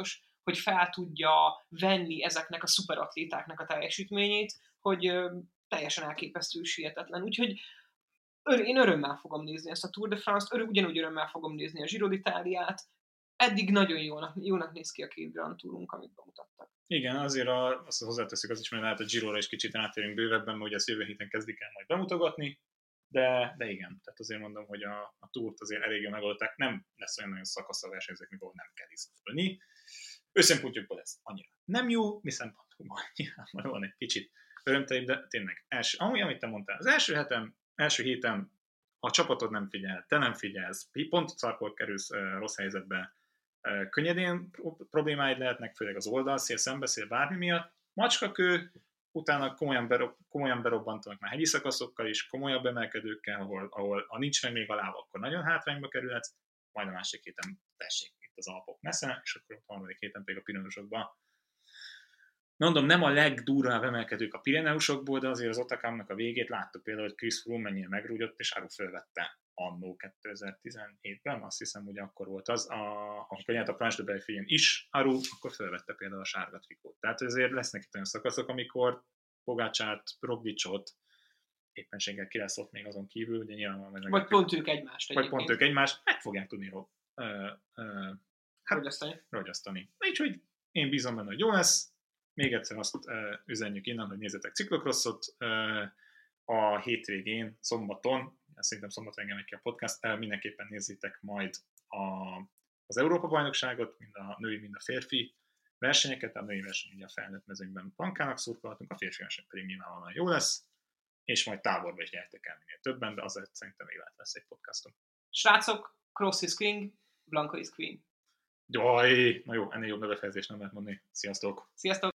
hogy fel tudja venni ezeknek a szuperatlétáknak a teljesítményét, hogy ö, teljesen elképesztő és hihetetlen. Úgyhogy ör- én örömmel fogom nézni ezt a Tour de France-t, örö- ugyanúgy örömmel fogom nézni a Giro d'Italiát. Eddig nagyon jónak, jónak néz ki a két Grand Tourunk, amit bemutattak. Igen, azért a, azt hozzáteszik az is, mert lehet a Girora is kicsit átérünk bővebben, mert ugye ezt jövő héten kezdik el majd bemutogatni, de, de igen, tehát azért mondom, hogy a, a túrt azért elég jól megoldották, nem lesz olyan nagyon szakasz a versenyzők, mikor nem kell iszolni. Ő szempontjukból ez annyira nem jó, mi szempontból nyilván van egy kicsit örömtelibb, de tényleg, első, amúgy, amit te mondtál, az első hetem, első héten, ha a csapatod nem figyel, te nem figyelsz, pont szarkor kerülsz uh, rossz helyzetbe, uh, könnyedén problémáid lehetnek, főleg az oldalszél, szembeszél, bármi miatt, macskakő, utána komolyan, berob, komolyan berobbantanak már hegyi szakaszokkal is, komolyabb emelkedőkkel, ahol, ahol ha nincs meg még a láb, akkor nagyon hátrányba kerülhetsz, majd a másik héten tessék itt az Alpok messze, és akkor a harmadik héten pedig a Pireneusokban. Mondom, nem a legdurvább emelkedők a Pireneusokból, de azért az Otakamnak a végét láttuk például, hogy Chris Froome mennyire megrúgyott, és Aru fölvette annó kétezer-tizenhétben, azt hiszem, hogy akkor volt az, a, amikor nyert a Planche de Belfien is Aru, akkor fölvette például a sárga trikót. Tehát azért lesznek itt olyan szakaszok, amikor Pogácsát, Rogličot éppenséggel ki lesz ott még azon kívül, ugye nyilván meg vagy pont ők egymást vagy pont ők egymást, meg fogják tudni ro- ö, ö, hát, rogyasztani. rogyasztani. Úgyhogy én bízom benne, hogy jó lesz. Még egyszer azt ö, üzenjük innen, hogy nézzetek ciklokrosszot. Ö, a hétvégén, szombaton, szerintem szombaton engem ki a podcast, ö, mindenképpen nézzétek majd a, az Európa-bajnokságot, mind a női, mind a férfi versenyeket. A női verseny ugye a felnőtt mezőnyben Pankának szurkolhatunk, a férfi verseny pedig nyilvánvalóan jó lesz, és majd táborba is gyertek el minél többen, de azért szerintem még lehet lesz egy podcastom. Srácok, Cross is King, Blanco is Queen. Jaj, na jó, ennél jobb nevefejezést nem lehet mondani. Sziasztok! Sziasztok!